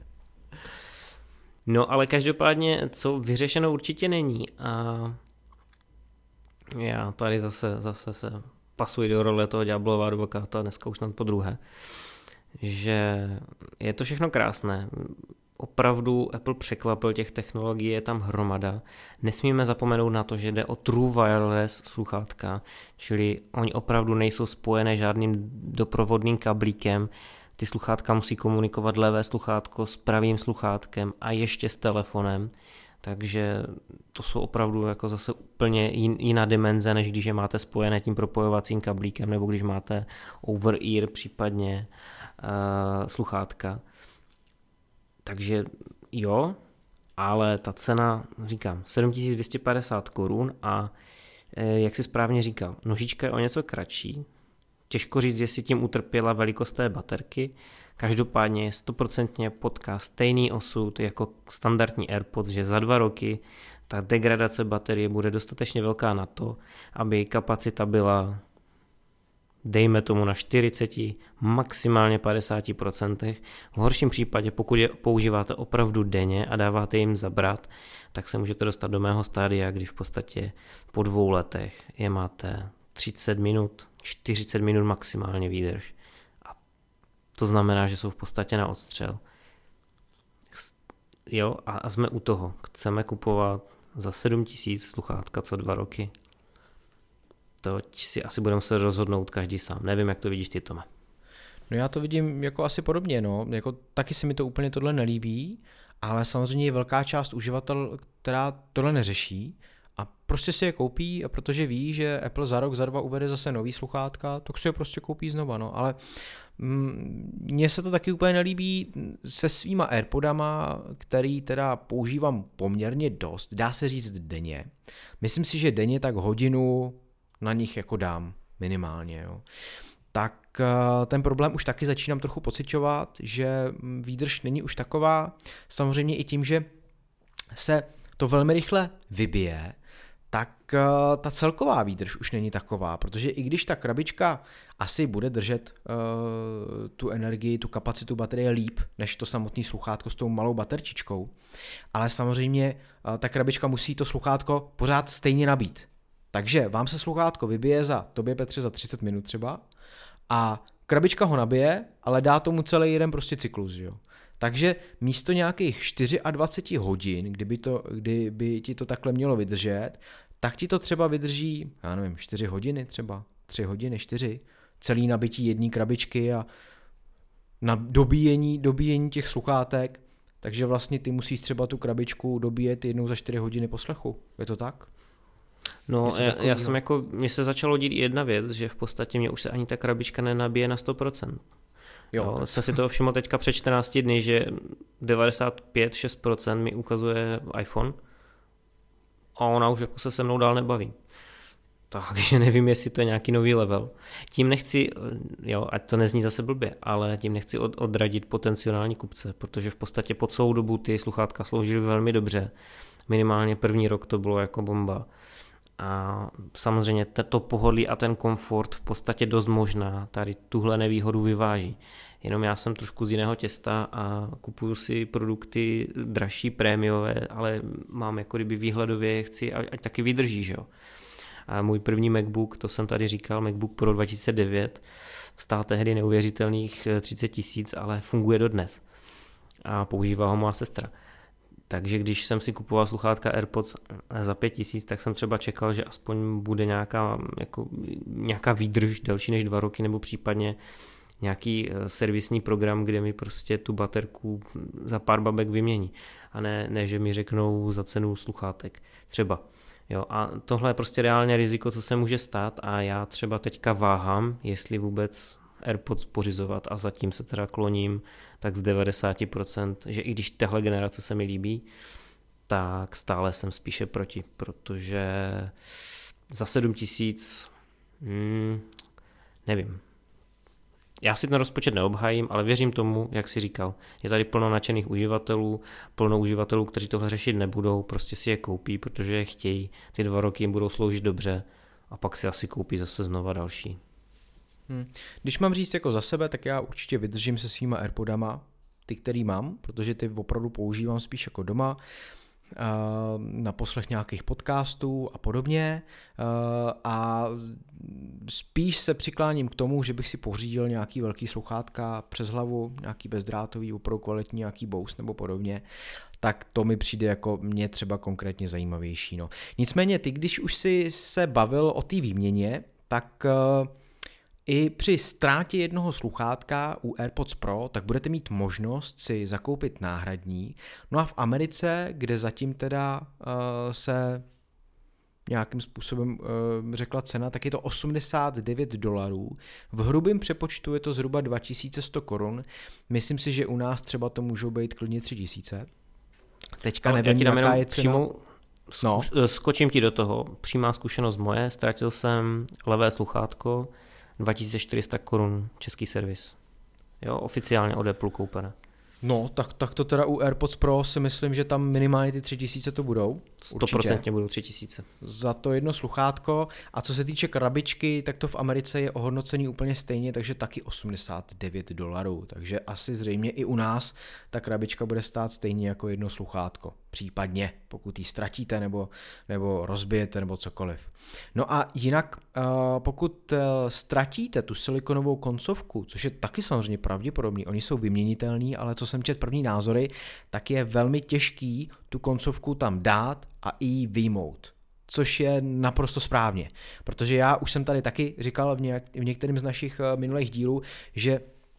No, ale každopádně, co vyřešeno určitě není a já tady zase, zase se pasuji do role toho ďáblova advokáta, dneska už po druhé, že je to všechno krásné. Opravdu Apple překvapil, těch technologií je tam hromada. Nesmíme zapomenout na to, že jde o true wireless sluchátka, čili oni opravdu nejsou spojené žádným doprovodným kablíkem. Ty sluchátka musí komunikovat levé sluchátko s pravým sluchátkem a ještě s telefonem. Takže to jsou opravdu jako zase úplně jiná dimenze, než když je máte spojené tím propojovacím kablíkem nebo když máte over ear případně uh, sluchátka. Takže jo, ale ta cena, říkám, sedm tisíc dvě stě padesát korun a jak si správně říkal, nožička je o něco kratší. Těžko říct, jestli tím utrpěla velikost té baterky. Každopádně stoprocentně potká stejný osud jako standardní AirPods, že za dva roky ta degradace baterie bude dostatečně velká na to, aby kapacita byla dejme tomu na čtyřicet, maximálně padesát procent. V horším případě, pokud je používáte opravdu denně a dáváte jim zabrat, tak se můžete dostat do mého stádia, kdy v podstatě po dvou letech je máte třicet minut, čtyřicet minut maximálně výdrž. A to znamená, že jsou v podstatě na odstřel. Jo, a jsme u toho. Chceme kupovat za sedm tisíc sluchátka co dva roky. To si asi budeme se rozhodnout každý sám. Nevím, jak to vidíš ty, Tome. No já to vidím jako asi podobně, no. Jako, taky se mi to úplně tohle nelíbí, ale samozřejmě je velká část uživatel, která tohle neřeší a prostě si je koupí a protože ví, že Apple za rok, za dva uvede zase nový sluchátka, tak si je prostě koupí znova, no. Ale mně se to taky úplně nelíbí se svýma AirPodama, který teda používám poměrně dost, dá se říct denně. Myslím si, že denně tak hodinu na nich jako dám minimálně, jo. Tak ten problém už taky začínám trochu pociťovat, že výdrž není už taková, samozřejmě i tím, že se to velmi rychle vybije, tak ta celková výdrž už není taková, protože i když ta krabička asi bude držet uh, tu energii, tu kapacitu baterie líp, než to samotné sluchátko s tou malou baterčičkou, ale samozřejmě uh, ta krabička musí to sluchátko pořád stejně nabít. Takže vám se sluchátko vybije za, tobě Petře, za třicet minut třeba a krabička ho nabije, ale dá tomu celý jeden prostě cyklus, jo. Takže místo nějakých dvacet čtyři hodin, kdyby, to, kdyby ti to takhle mělo vydržet, tak ti to třeba vydrží, já nevím, čtyři hodiny třeba, tři hodiny, čtyři, celý nabití jedné krabičky a na dobíjení, dobíjení těch sluchátek, takže vlastně ty musíš třeba tu krabičku dobíjet jednou za čtyři hodiny poslechu, je to tak? No, já, takový, já jsem no. jako, mně se začalo dít jedna věc, že v podstatě mě už se ani ta krabička nenabíje na sto procent. Jo, jo, jsem si to všiml teďka před čtrnácti dny, že devadesát pět až šest procent mi ukazuje iPhone a ona už jako se se mnou dál nebaví. Takže nevím, jestli to je nějaký nový level. Tím nechci, jo, ať to nezní zase blbě, ale tím nechci od, odradit potenciální kupce, protože v podstatě po celou dobu ty sluchátka sloužily velmi dobře. Minimálně první rok to bylo jako bomba. A samozřejmě to pohodlí a ten komfort v podstatě dost možná tady tuhle nevýhodu vyváží. Jenom já jsem trošku z jiného těsta a kupuju si produkty dražší, prémiové, ale mám jako kdyby výhledově chci, ať taky vydrží, že jo. A můj první MacBook, to jsem tady říkal, MacBook Pro dva tisíce devět, stál tehdy neuvěřitelných třicet tisíc, ale funguje dodnes. A používá ho má sestra. Takže když jsem si kupoval sluchátka AirPods za pět tisíc, tak jsem třeba čekal, že aspoň bude nějaká, jako, nějaká výdrž delší než dva roky, nebo případně nějaký servisní program, kde mi prostě tu baterku za pár babek vymění. A ne, ne že mi řeknou za cenu sluchátek. Třeba. Jo, a tohle je prostě reálně riziko, co se může stát a já třeba teďka váhám, jestli vůbec AirPods pořizovat a zatím se teda kloním tak z devadesát procent, že i když tahle generace se mi líbí, tak stále jsem spíše proti, protože za sedm tisíc, hmm, nevím. Já si ten rozpočet neobhájím, ale věřím tomu, jak si říkal. Je tady plno nadšených uživatelů, plno uživatelů, kteří tohle řešit nebudou, prostě si je koupí, protože je chtějí. Ty dva roky jim budou sloužit dobře a pak si asi koupí zase znova další. Hmm. Když mám říct jako za sebe, tak já určitě vydržím se svýma AirPodama, ty, který mám, protože ty opravdu používám spíš jako doma, na poslech nějakých podcastů a podobně, a spíš se přikláním k tomu, že bych si pořídil nějaký velký sluchátka přes hlavu, nějaký bezdrátový, opravdu kvalitní, nějaký Bose nebo podobně, tak to mi přijde jako mě třeba konkrétně zajímavější. No. Nicméně ty, když už si se bavil o té výměně, tak i při ztrátě jednoho sluchátka u AirPods Pro, tak budete mít možnost si zakoupit náhradní. No a v Americe, kde zatím teda uh, se nějakým způsobem uh, řekla cena, tak je to osmdesát devět dolarů. V hrubém přepočtu je to zhruba dva tisíce sto korun. Myslím si, že u nás třeba to můžou být klidně tři tisíce. Teďka no, nevím, jaká je cena. Přímou... No. Skočím ti do toho. Přímá zkušenost moje. Ztratil jsem levé sluchátko, dva tisíce čtyři sta korun český servis. Jo, oficiálně od Apple koupené. No, tak, tak to teda u AirPods Pro si myslím, že tam minimálně ty tři tisíce to budou. sto procent budou tři tisíce. Za to jedno sluchátko. A co se týče krabičky, tak to v Americe je ohodnocený úplně stejně, takže taky osmdesát devět dolarů. Takže asi zřejmě i u nás ta krabička bude stát stejně jako jedno sluchátko. Případně, pokud ji ztratíte nebo, nebo rozbijete nebo cokoliv. No a jinak, pokud ztratíte tu silikonovou koncovku, což je taky samozřejmě pravděpodobný, oni jsou vyměnitelní, ale co jsem četl první názory, tak je velmi těžký tu koncovku tam dát a i ji vyjmout. Což je naprosto správně, protože já už jsem tady taky říkal v, nějak, v některém z našich minulých dílů, že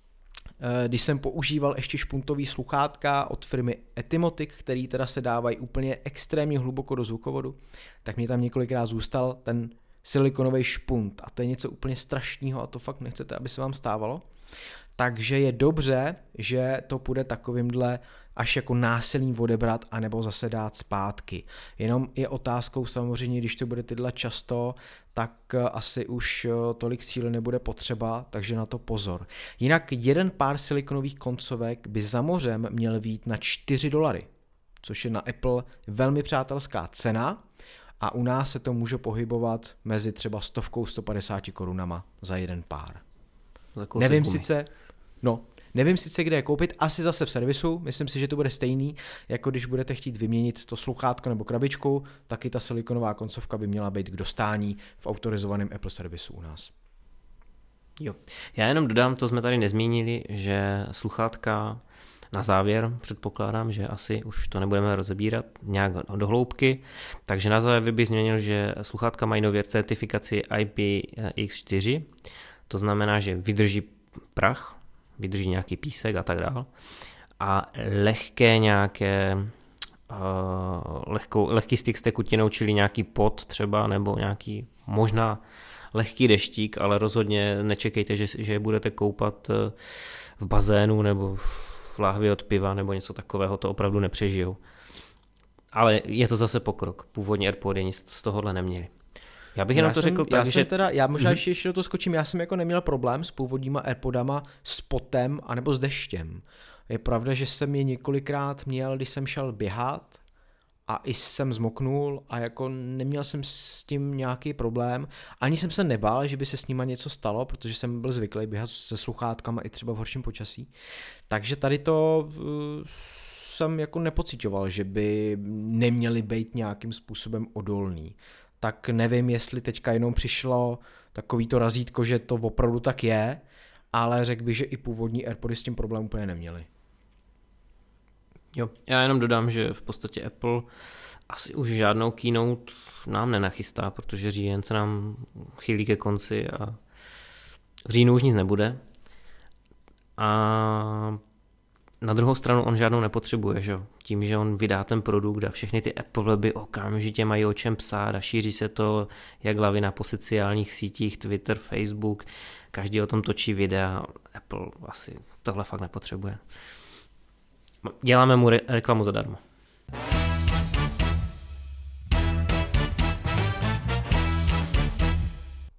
když jsem používal ještě špuntový sluchátka od firmy Etymotic, který teda se dávají úplně extrémně hluboko do zvukovodu, tak mě tam několikrát zůstal ten silikonový špunt a to je něco úplně strašného a to fakt nechcete, aby se vám stávalo. Takže je dobře, že to půjde takovýmhle až jako násilím odebrat anebo zase dát zpátky. Jenom je otázkou samozřejmě, když to bude tyhle často, tak asi už tolik síly nebude potřeba, takže na to pozor. Jinak jeden pár silikonových koncovek by za mořem měl být na čtyři dolary, což je na Apple velmi přátelská cena a u nás se to může pohybovat mezi třeba stovkou sto padesát korunama za jeden pár. Nevím sice, no, nevím sice, kde je koupit, asi zase v servisu, myslím si, že to bude stejný, jako když budete chtít vyměnit to sluchátko nebo krabičku, taky ta silikonová koncovka by měla být k dostání v autorizovaném Apple servisu u nás. Jo, já jenom dodám, to jsme tady nezmínili, že sluchátka na závěr, předpokládám, že asi už to nebudeme rozebírat nějak do hloubky, takže na závěr bych změnil, že sluchátka mají nově certifikaci I P X čtyři, to znamená, že vydrží prach, vydrží nějaký písek a tak dále. A lehké nějaké, uh, lehkou, lehký styk s tekutinou, čili nějaký pot třeba, nebo nějaký možná lehký deštík, ale rozhodně nečekejte, že, že je budete koupat v bazénu nebo v láhvi od piva nebo něco takového, to opravdu nepřežijou. Ale je to zase pokrok. Původně AirPody nic z tohohle neměli. Já bych jenom já to jsem, řekl já tak, jsem že... Teda, já možná mm-hmm. ještě, ještě do toho skočím, já jsem jako neměl problém s původníma AirPodama s potem anebo s deštěm. Je pravda, že jsem je několikrát měl, když jsem šel běhat a i jsem zmoknul a jako neměl jsem s tím nějaký problém. Ani jsem se nebál, že by se s nima něco stalo, protože jsem byl zvyklý běhat se sluchátkama i třeba v horším počasí. Takže tady to uh, jsem jako nepociťoval, že by neměli být nějakým způsobem odolný. Tak nevím, jestli teďka jenom přišlo takový to razítko, že to opravdu tak je, ale řekl bych, že i původní AirPody s tím problém úplně neměli. Jo, já jenom dodám, že v podstatě Apple asi už žádnou keynote nám nenachystá, protože říjen se nám chýlí ke konci a v říjnu už nic nebude. A na druhou stranu on žádnou nepotřebuje, že? Tím, že on vydá ten produkt a všechny ty Apple weby okamžitě mají o čem psát a šíří se to jak lavina po sociálních sítích, Twitter, Facebook, každý o tom točí videa, Apple asi tohle fakt nepotřebuje. Děláme mu re- reklamu zadarmo.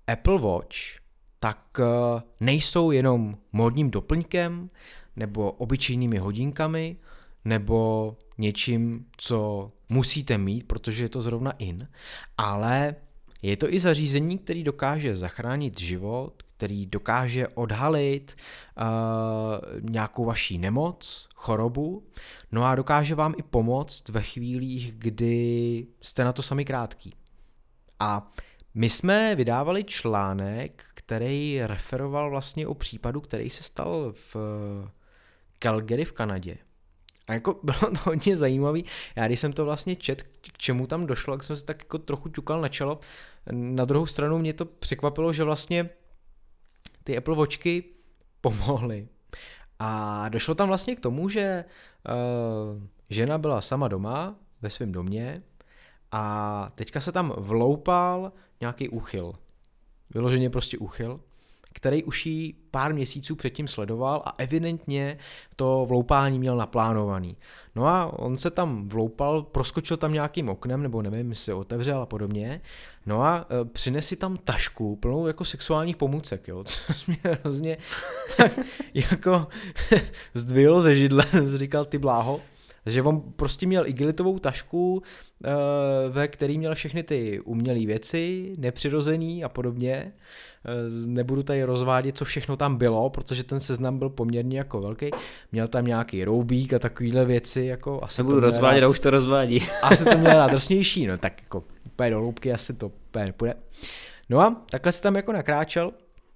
Apple Watch tak nejsou jenom módním doplňkem nebo obyčejnými hodinkami nebo něčím, co musíte mít, protože je to zrovna in, ale je to i zařízení, který dokáže zachránit život, který dokáže odhalit uh, nějakou vaší nemoc, chorobu, no a dokáže vám i pomoct ve chvílích, kdy jste na to sami krátký. A my jsme vydávali článek, který referoval vlastně o případu, který se stal v Calgary v Kanadě. A jako bylo to hodně zajímavý. Já když jsem to vlastně čet, k čemu tam došlo, jak jsem se tak jako trochu ťukal na čelo. Na druhou stranu mě to překvapilo, že vlastně ty Apple Watchky pomohly. A došlo tam vlastně k tomu, že uh, žena byla sama doma ve svém domě a teďka se tam vloupal nějaký úchyl. Vyloženě prostě úchyl, který už jí pár měsíců předtím sledoval a evidentně to vloupání měl naplánovaný. No a on se tam vloupal, proskočil tam nějakým oknem, nebo nevím, jestli otevřel a podobně, no a e, přinesi tam tašku plnou jako sexuálních pomůcek, jo, což mě hrozně tak jako zdvihlo ze židle, říkal ty bláho, že on prostě měl igelitovou tašku, ve který měl všechny ty umělé věci, nepřirozený a podobně. Nebudu tady rozvádět, co všechno tam bylo, protože ten seznam byl poměrně jako velký. Měl tam nějaký roubík a takovýhle věci. Jako asi Nebudu rozvádět, a už to rozvádí. Asi to měl rád drsnější, no tak jako úplně do hloubky asi to úplně nepůjde. No a takhle se tam jako nakráčel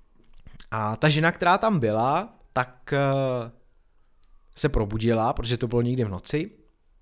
a ta žena, která tam byla, tak se probudila, protože to bylo někdy v noci.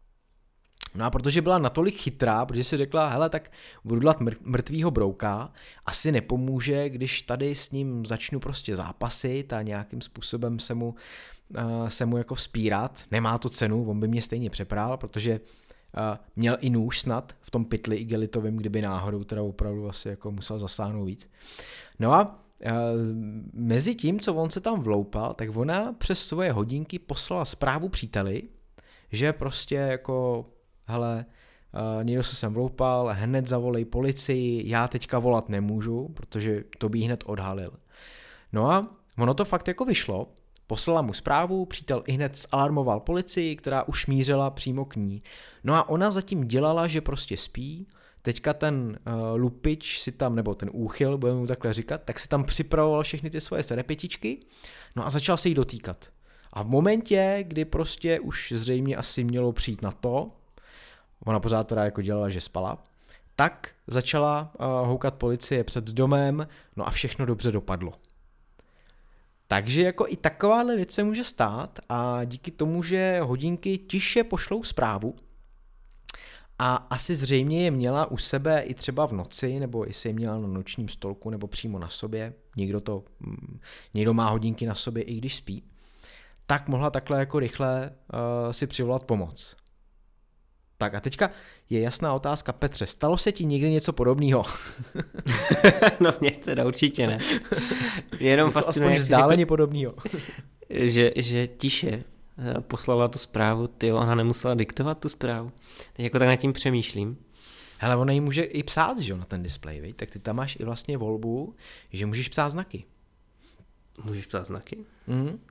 No a protože byla natolik chytrá, protože si řekla, hele, tak budu dělat mrtvýho brouka, asi nepomůže, když tady s ním začnu prostě zápasit a nějakým způsobem se mu, uh, se mu jako vzpírat. Nemá to cenu, on by mě stejně přeprál, protože uh, měl i nůž snad v tom pytli igelitovým, kdyby náhodou teda opravdu asi jako musel zasáhnout víc. No a Uh, mezi tím, co on se tam vloupal, tak ona přes svoje hodinky poslala zprávu příteli, že prostě jako, hele, uh, někdo se sem vloupal, hned zavolej policii, já teďka volat nemůžu, protože to by hned odhalil. No a ono to fakt jako vyšlo, poslala mu zprávu, přítel i hned alarmoval policii, která už mířila přímo k ní. No a ona zatím dělala, že prostě spí. Teďka ten uh, lupič si tam, nebo ten úchyl, budeme mu takhle říkat, tak si tam připravoval všechny ty svoje serepetičky, no a začal se jí dotýkat. A v momentě, kdy prostě už zřejmě asi mělo přijít na to, ona pořád teda jako dělala, že spala, tak začala uh, houkat policie před domem, no a všechno dobře dopadlo. Takže jako i takováhle věc se může stát a díky tomu, že hodinky tiše pošlou zprávu, a asi zřejmě je měla u sebe i třeba v noci, nebo jestli je měla na nočním stolku, nebo přímo na sobě, někdo, to, někdo má hodinky na sobě, i když spí, tak mohla takhle jako rychle uh, si přivolat pomoc. Tak a teďka je jasná otázka, Petře, stalo se ti někdy něco podobného? No mě teda určitě ne. Jenom fascinuje, jak vzdáleně podobného. že, že tiše poslala tu zprávu, tyjo, ona nemusela diktovat tu zprávu. Teď jako tak nad tím přemýšlím. Hele, ona ji může i psát, že jo, na ten displej, viď? Tak ty tam máš i vlastně volbu, že můžeš psát znaky. Můžeš psát znaky? Mhm.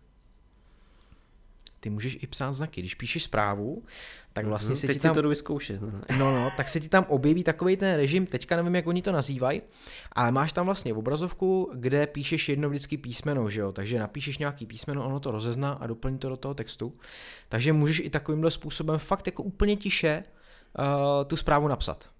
Ty můžeš i psát znaky. Když píšeš zprávu, tak vlastně mm-hmm, se teď ti tam... si to jdu vyzkoušet. No. no, no, tak se ti tam objeví takovej ten režim, teďka nevím, jak oni to nazývají, ale máš tam vlastně obrazovku, kde píšeš jedno vždycky písmeno, že jo, takže napíšeš nějaký písmeno, ono to rozezná a doplní to do toho textu. Takže můžeš i takovýmhle způsobem fakt jako úplně tiše uh, tu zprávu napsat.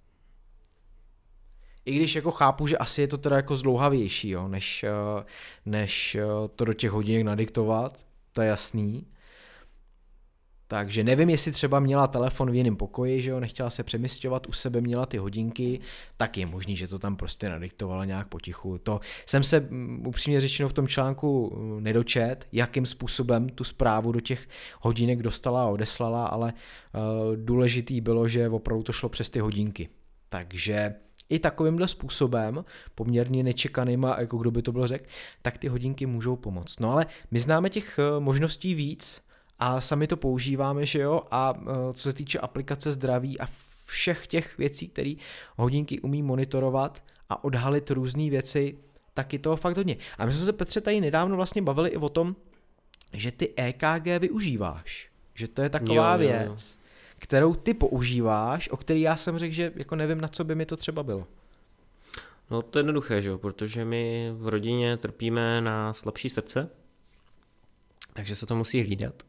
I když jako chápu, že asi je to teda jako zdlouhavější, jo, než, uh, než uh, to do těch hodinek nadiktovat, to je jasný. Takže nevím, jestli třeba měla telefon v jiném pokoji, že jo, nechtěla se přemysťovat, u sebe měla ty hodinky, tak je možný, že to tam prostě nadiktovala nějak potichu. To jsem se upřímně řečeno v tom článku nedočet, jakým způsobem tu zprávu do těch hodinek dostala a odeslala, ale uh, důležitý bylo, že opravdu to šlo přes ty hodinky. Takže i takovýmhle způsobem, poměrně nečekanýma, jako kdo by to byl řekl, tak ty hodinky můžou pomoct. No ale my známe těch možností víc, a sami to používáme, že jo, a co se týče aplikace zdraví a všech těch věcí, které hodinky umí monitorovat a odhalit různé věci tak je toho fakt hodně. A my jsme se, Petře, tady nedávno vlastně bavili i o tom, že ty E K G využíváš. Že to je taková jo, věc, jo, jo. kterou ty používáš, o který já jsem řekl, že jako nevím, na co by mi to třeba bylo. No to je jednoduché, že jo, protože my v rodině trpíme na slabší srdce, takže se to musí hlídat.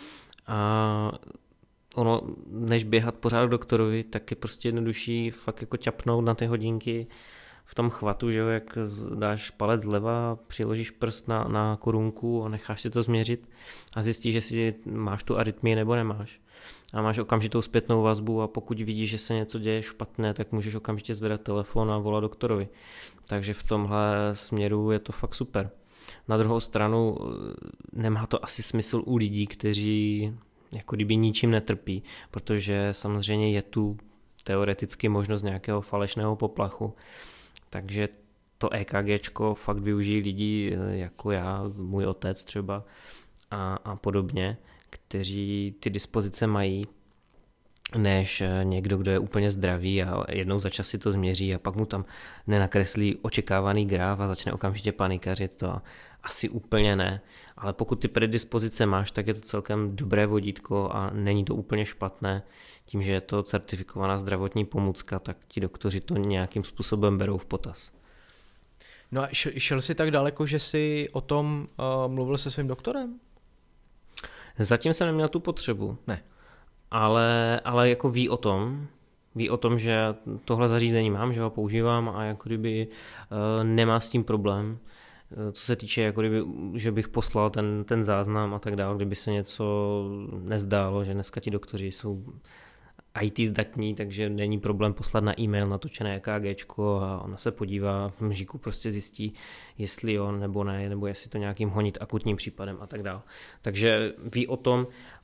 A ono, než běhat pořád k doktorovi, tak je prostě jednodušší fakt jako ťapnout na ty hodinky v tom chvatu, že jo, jak dáš palec zleva, přiložíš prst na, na korunku a necháš si to změřit a zjistíš, že si máš tu arytmii nebo nemáš. A máš okamžitou zpětnou vazbu a pokud vidíš, že se něco děje špatné, tak můžeš okamžitě zvedat telefon a volat doktorovi. Takže v tomhle směru je to fakt super. Na druhou stranu nemá to asi smysl u lidí, kteří jako kdyby ničím netrpí, protože samozřejmě je tu teoreticky možnost nějakého falešného poplachu. Takže to EKGčko fakt využijí lidi jako já, můj otec třeba a, a podobně, kteří ty dispozice mají, než někdo, kdo je úplně zdravý a jednou za čas si to změří a pak mu tam nenakreslí očekávaný graf a začne okamžitě panikařit, to asi úplně ne. Ale pokud ty predispozice máš, tak je to celkem dobré vodítko a není to úplně špatné. Tím, že je to certifikovaná zdravotní pomůcka, tak ti doktoři to nějakým způsobem berou v potaz. No a šel jsi tak daleko, že jsi o tom uh, mluvil se svým doktorem? Zatím jsem neměl tu potřebu. Ne. Ale, ale jako ví o tom, ví o tom, že tohle zařízení mám, že ho používám a jako kdyby uh, nemá s tím problém. Co se týče, jako kdyby, že bych poslal ten, ten záznam a tak dále, kdyby se něco nezdálo, že dneska ti doktoři jsou í té zdatní, takže není problém poslat na e-mail natočené EKGčko a ona se podívá v mžíku, prostě zjistí, jestli jo nebo ne, nebo jestli to nějakým honit akutním případem a tak dále. Takže ví o tom, uh,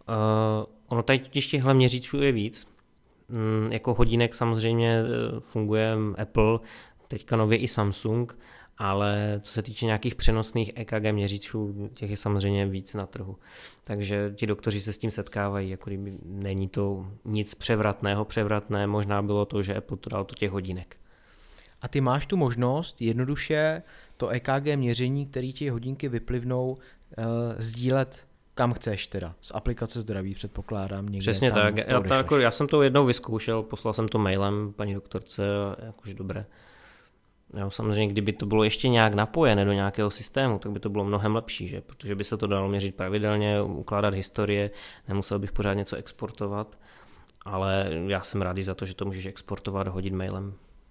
ono tady totiž těchhle měříčů je víc, mm, jako hodinek samozřejmě funguje Apple, teďka nově i Samsung, ale co se týče nějakých přenosných E K G měřičů, těch je samozřejmě víc na trhu. Takže ti doktoři se s tím setkávají, jako kdyby není to nic převratného, převratné, možná bylo to, že Apple to dal do těch hodinek. A ty máš tu možnost jednoduše to E K G měření, který ti hodinky vyplivnou, eh, sdílet kam chceš teda, z aplikace Zdraví předpokládám někde. Přesně tam tak, já, tak jako, já jsem to jednou vyzkoušel, poslal jsem to mailem paní doktorce, jakože dobré. Jo, samozřejmě, kdyby to bylo ještě nějak napojené do nějakého systému, tak by to bylo mnohem lepší, že? Protože by se to dalo měřit pravidelně, ukládat historie, nemusel bych pořád něco exportovat, ale já jsem rád za to, že to můžeš exportovat a hodit mailem.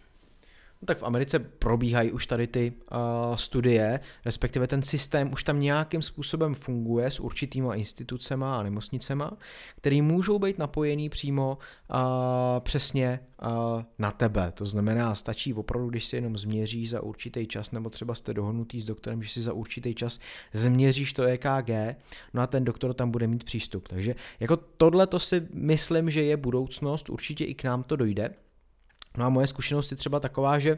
No tak v Americe probíhají už tady ty uh, studie, respektive ten systém už tam nějakým způsobem funguje s určitýma institucema a nemocnicema, který můžou být napojený přímo uh, přesně uh, na tebe. To znamená, stačí opravdu, když si jenom změříš za určitý čas, nebo třeba jste dohodnutý s doktorem, že si za určitý čas změříš to E K G, no a ten doktor tam bude mít přístup. Takže jako tohle to si myslím, že je budoucnost, určitě i k nám to dojde. No a moje zkušenost je třeba taková, že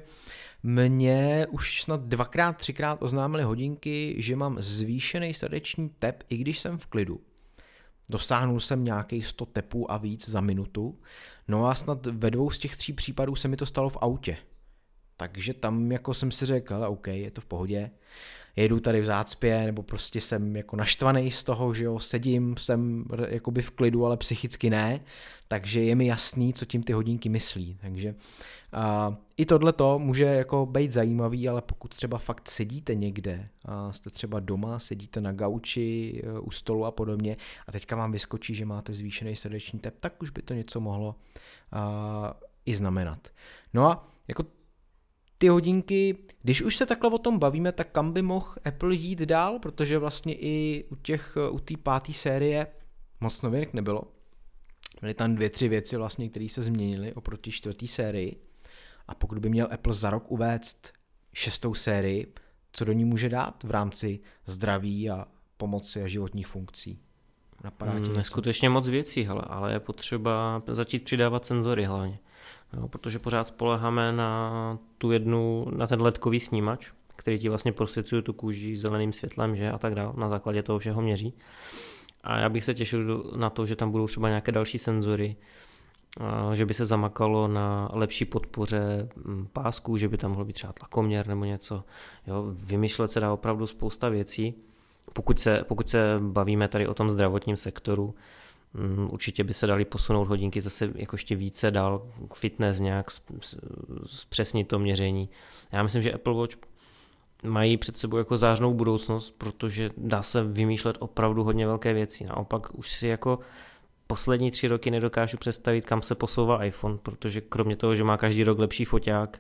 mě už snad dvakrát, třikrát oznámili hodinky, že mám zvýšený srdeční tep, i když jsem v klidu. Dosáhnul jsem nějakých sto tepů a víc za minutu, no a snad ve dvou z těch tří případů se mi to stalo v autě. Takže tam jako jsem si řekl, OK, je to v pohodě, jedu tady v zácpě, nebo prostě jsem jako naštvaný z toho, že jo, sedím, jsem jakoby v klidu, ale psychicky ne, takže je mi jasný, co tím ty hodinky myslí, takže uh, i tohleto může jako být zajímavý, ale pokud třeba fakt sedíte někde, uh, jste třeba doma, sedíte na gauči, uh, u stolu a podobně a teďka vám vyskočí, že máte zvýšený srdeční tep, tak už by to něco mohlo uh, i znamenat. No a jako ty hodinky, když už se takhle o tom bavíme, tak kam by mohl Apple jít dál, protože vlastně i u těch, u té páté série moc novinek nebylo. Byly tam dvě, tři věci vlastně, které se změnily oproti čtvrté sérii. A pokud by měl Apple za rok uvést šestou sérii, co do ní může dát v rámci zdraví a pomoci a životních funkcí? Napadá tě hmm, skutečně moc věcí, hele, ale je potřeba začít přidávat senzory hlavně. No, protože pořád spoléháme na tu jednu, na ten ledkový snímač, který ti vlastně prosvěcuje tu kůži zeleným světlem, že a tak dál, na základě toho všeho měří. A já bych se těšil na to, že tam budou třeba nějaké další senzory, že by se zamakalo na lepší podpoře pásků, že by tam mohl být třeba tlakoměr nebo něco. Jo, vymýšlet se dá opravdu spousta věcí. Pokud se, pokud se bavíme tady o tom zdravotním sektoru, určitě by se daly posunout hodinky zase jako ještě více dál, fitness nějak, zpřesnit to měření. Já myslím, že Apple Watch mají před sebou jako zářnou budoucnost, protože dá se vymýšlet opravdu hodně velké věci. Naopak už si jako poslední tři roky nedokážu představit, kam se posouvá iPhone, protože kromě toho, že má každý rok lepší foťák,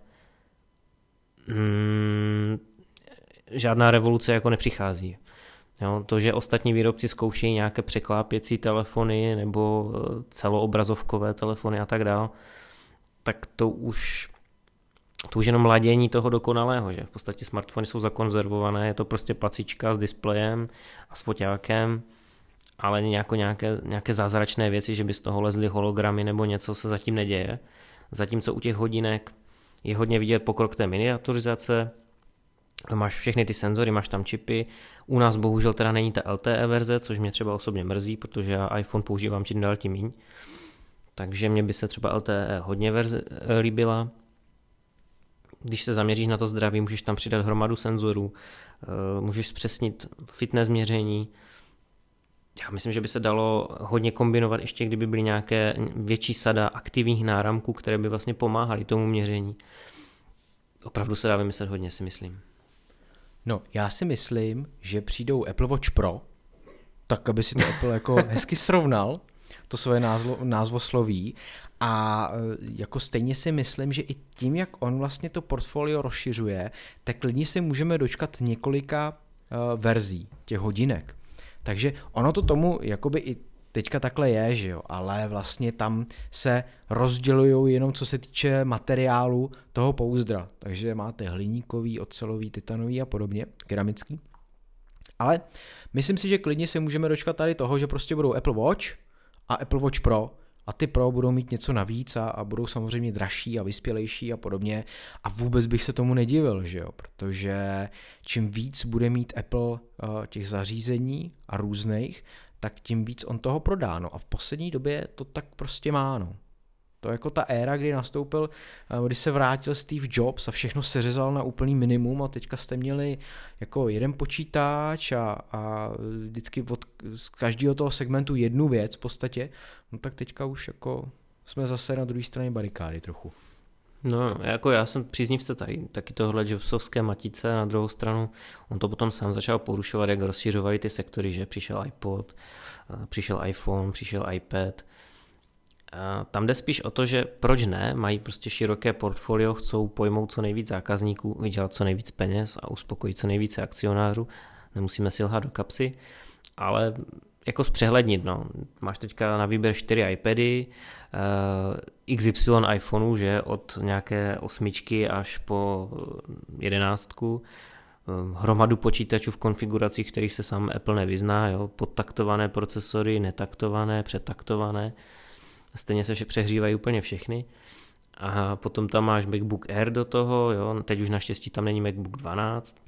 hmm, žádná revoluce jako nepřichází. Jo, to, že ostatní výrobci zkoušejí nějaké překlápěcí telefony nebo celoobrazovkové telefony a tak dál, tak to už to už jenom ladění toho dokonalého, že v podstatě smartfony jsou zakonzervované, je to prostě pacička s displejem a s foťákem, ale nějako nějaké, nějaké zázračné věci, že by z toho lezly hologramy nebo něco, se zatím neděje. Zatímco u těch hodinek je hodně vidět pokrok té miniaturizace, máš všechny ty senzory, máš tam čipy, u nás bohužel teda není ta L T E verze, což mě třeba osobně mrzí, protože já iPhone používám čím dál tím míň, takže mě by se třeba L T E hodně verze líbila. Když se zaměříš na to zdraví, můžeš tam přidat hromadu senzorů, můžeš zpřesnit fitness měření. Já myslím, že by se dalo hodně kombinovat, ještě kdyby byly nějaké větší sada aktivních náramků, které by vlastně pomáhaly tomu měření. Opravdu se dá vymyslet hodně, si myslím. No, já si myslím, že přijdou Apple Watch Pro, tak aby si to Apple jako hezky srovnal, to svoje názvo, názvosloví, a jako stejně si myslím, že i tím, jak on vlastně to portfolio rozšiřuje, tak klidně si můžeme dočkat několika uh, verzí těch hodinek. Takže ono to tomu jakoby i teďka takhle je, že jo, ale vlastně tam se rozdělují jenom co se týče materiálu toho pouzdra. Takže máte hliníkový, ocelový, titanový a podobně, keramický. Ale myslím si, že klidně se můžeme dočkat tady toho, že prostě budou Apple Watch a Apple Watch Pro. A ty Pro budou mít něco navíc a, a budou samozřejmě dražší a vyspělejší a podobně. A vůbec bych se tomu nedivil, že jo, protože čím víc bude mít Apple uh, těch zařízení a různých, tak tím víc on toho prodá. No a v poslední době to tak prostě má, no. To jako ta éra, kdy nastoupil, kdy se vrátil Steve Jobs a všechno seřezal na úplný minimum a teďka jste měli jako jeden počítač a, a vždycky od z každého toho segmentu jednu věc v podstatě, no tak teďka už jako jsme zase na druhé straně barikády trochu. No, jako já jsem příznivce tady, taky tohle Jobsovské matice, na druhou stranu on to potom sám začal porušovat, jak rozšiřovali ty sektory, že přišel iPod, přišel iPhone, přišel iPad. A tam jde spíš o to, že proč ne, mají prostě široké portfolio, chcou pojmout co nejvíc zákazníků, vydělat co nejvíc peněz a uspokojit co nejvíce akcionářů, nemusíme si lhát do kapsy, ale jako zpřehlednit, no. Máš teďka na výběr čtyři iPady, uh, X Y iPhoneů, že, od nějaké osmičky až po jedenáctku, uh, hromadu počítačů v konfiguracích, kterých se sám Apple nevyzná, jo, podtaktované procesory, netaktované, přetaktované, stejně se vše přehřívají úplně všechny. A potom tam máš MacBook Air do toho, jo, teď už naštěstí tam není MacBook dvanáct.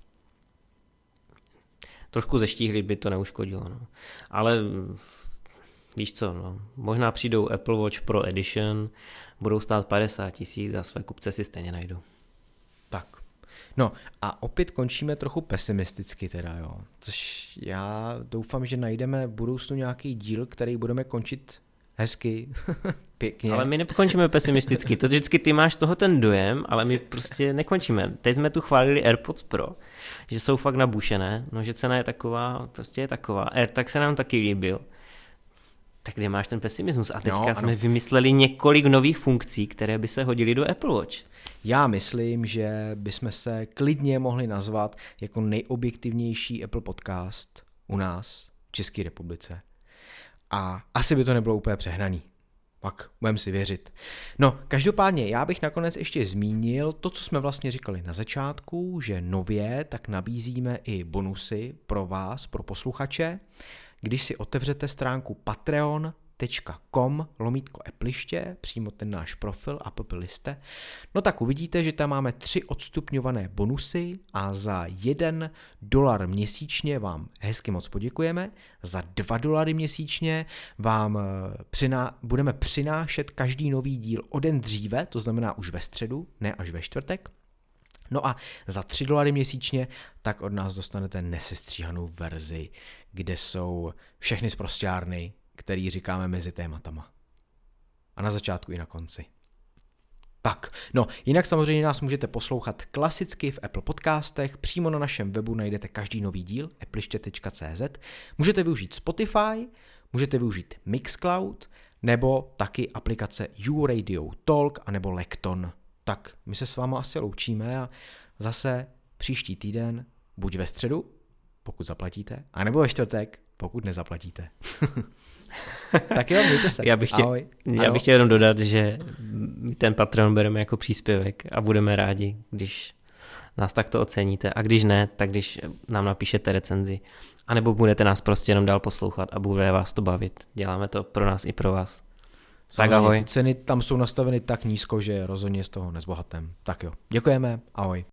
Trošku zeštíhlý by to neuškodilo, no. Ale víš co, no, možná přijdou Apple Watch Pro Edition, budou stát padesát tisíc a své kupce si stejně najdou. Tak. No a opět končíme trochu pesimisticky teda, jo. Což já doufám, že najdeme v budoucnu nějaký díl, který budeme končit hezky, pěkně. Ale my nekončíme pesimisticky, to vždycky ty máš toho ten dojem, ale my prostě nekončíme. Teď jsme tu chválili AirPods Pro, že jsou fakt nabušené, no že cena je taková, prostě je taková. AirTag se nám taky líbil. Tak kde máš ten pesimismus? A teďka no, jsme vymysleli několik nových funkcí, které by se hodily do Apple Watch. Já myslím, že bychom se klidně mohli nazvat jako nejobjektivnější Apple podcast u nás v České republice. A asi by to nebylo úplně přehnaný. Pak budeme si věřit. No, každopádně já bych nakonec ještě zmínil to, co jsme vlastně říkali na začátku, že nově tak nabízíme i bonusy pro vás, pro posluchače. Když si otevřete stránku patreon tečka com lomítko Appliště, přímo ten náš profil Appleliste, no tak uvidíte, že tam máme tři odstupňované bonusy a za jeden dolar měsíčně vám hezky moc poděkujeme, za dva dolary měsíčně vám přiná, budeme přinášet každý nový díl o den dříve, to znamená už ve středu, ne až ve čtvrtek. No a za tři dolary měsíčně tak od nás dostanete nesestříhanou verzi, kde jsou všechny sprosťárny, který říkáme mezi tématama. A na začátku i na konci. Tak, no, jinak samozřejmě nás můžete poslouchat klasicky v Apple podcastech, přímo na našem webu najdete každý nový díl, appliště tečka cé zet, můžete využít Spotify, můžete využít Mixcloud, nebo taky aplikace YouRadio Talk, anebo Lekton. Tak, my se s váma asi loučíme a zase příští týden, buď ve středu, pokud zaplatíte, anebo ve čtvrtek, pokud nezaplatíte. Tak jo, mějte se. Já bych, chtěl, Ahoj. já bych chtěl jenom dodat, že my ten Patreon bereme jako příspěvek a budeme rádi, když nás takto oceníte, a když ne, tak když nám napíšete recenzi, anebo budete nás prostě jenom dál poslouchat a bude vás to bavit. Děláme to pro nás i pro vás. Samozřejmě, tak ahoj. Ty ceny tam jsou nastaveny tak nízko, že rozhodně z toho nezbohatem. Tak jo, děkujeme, ahoj.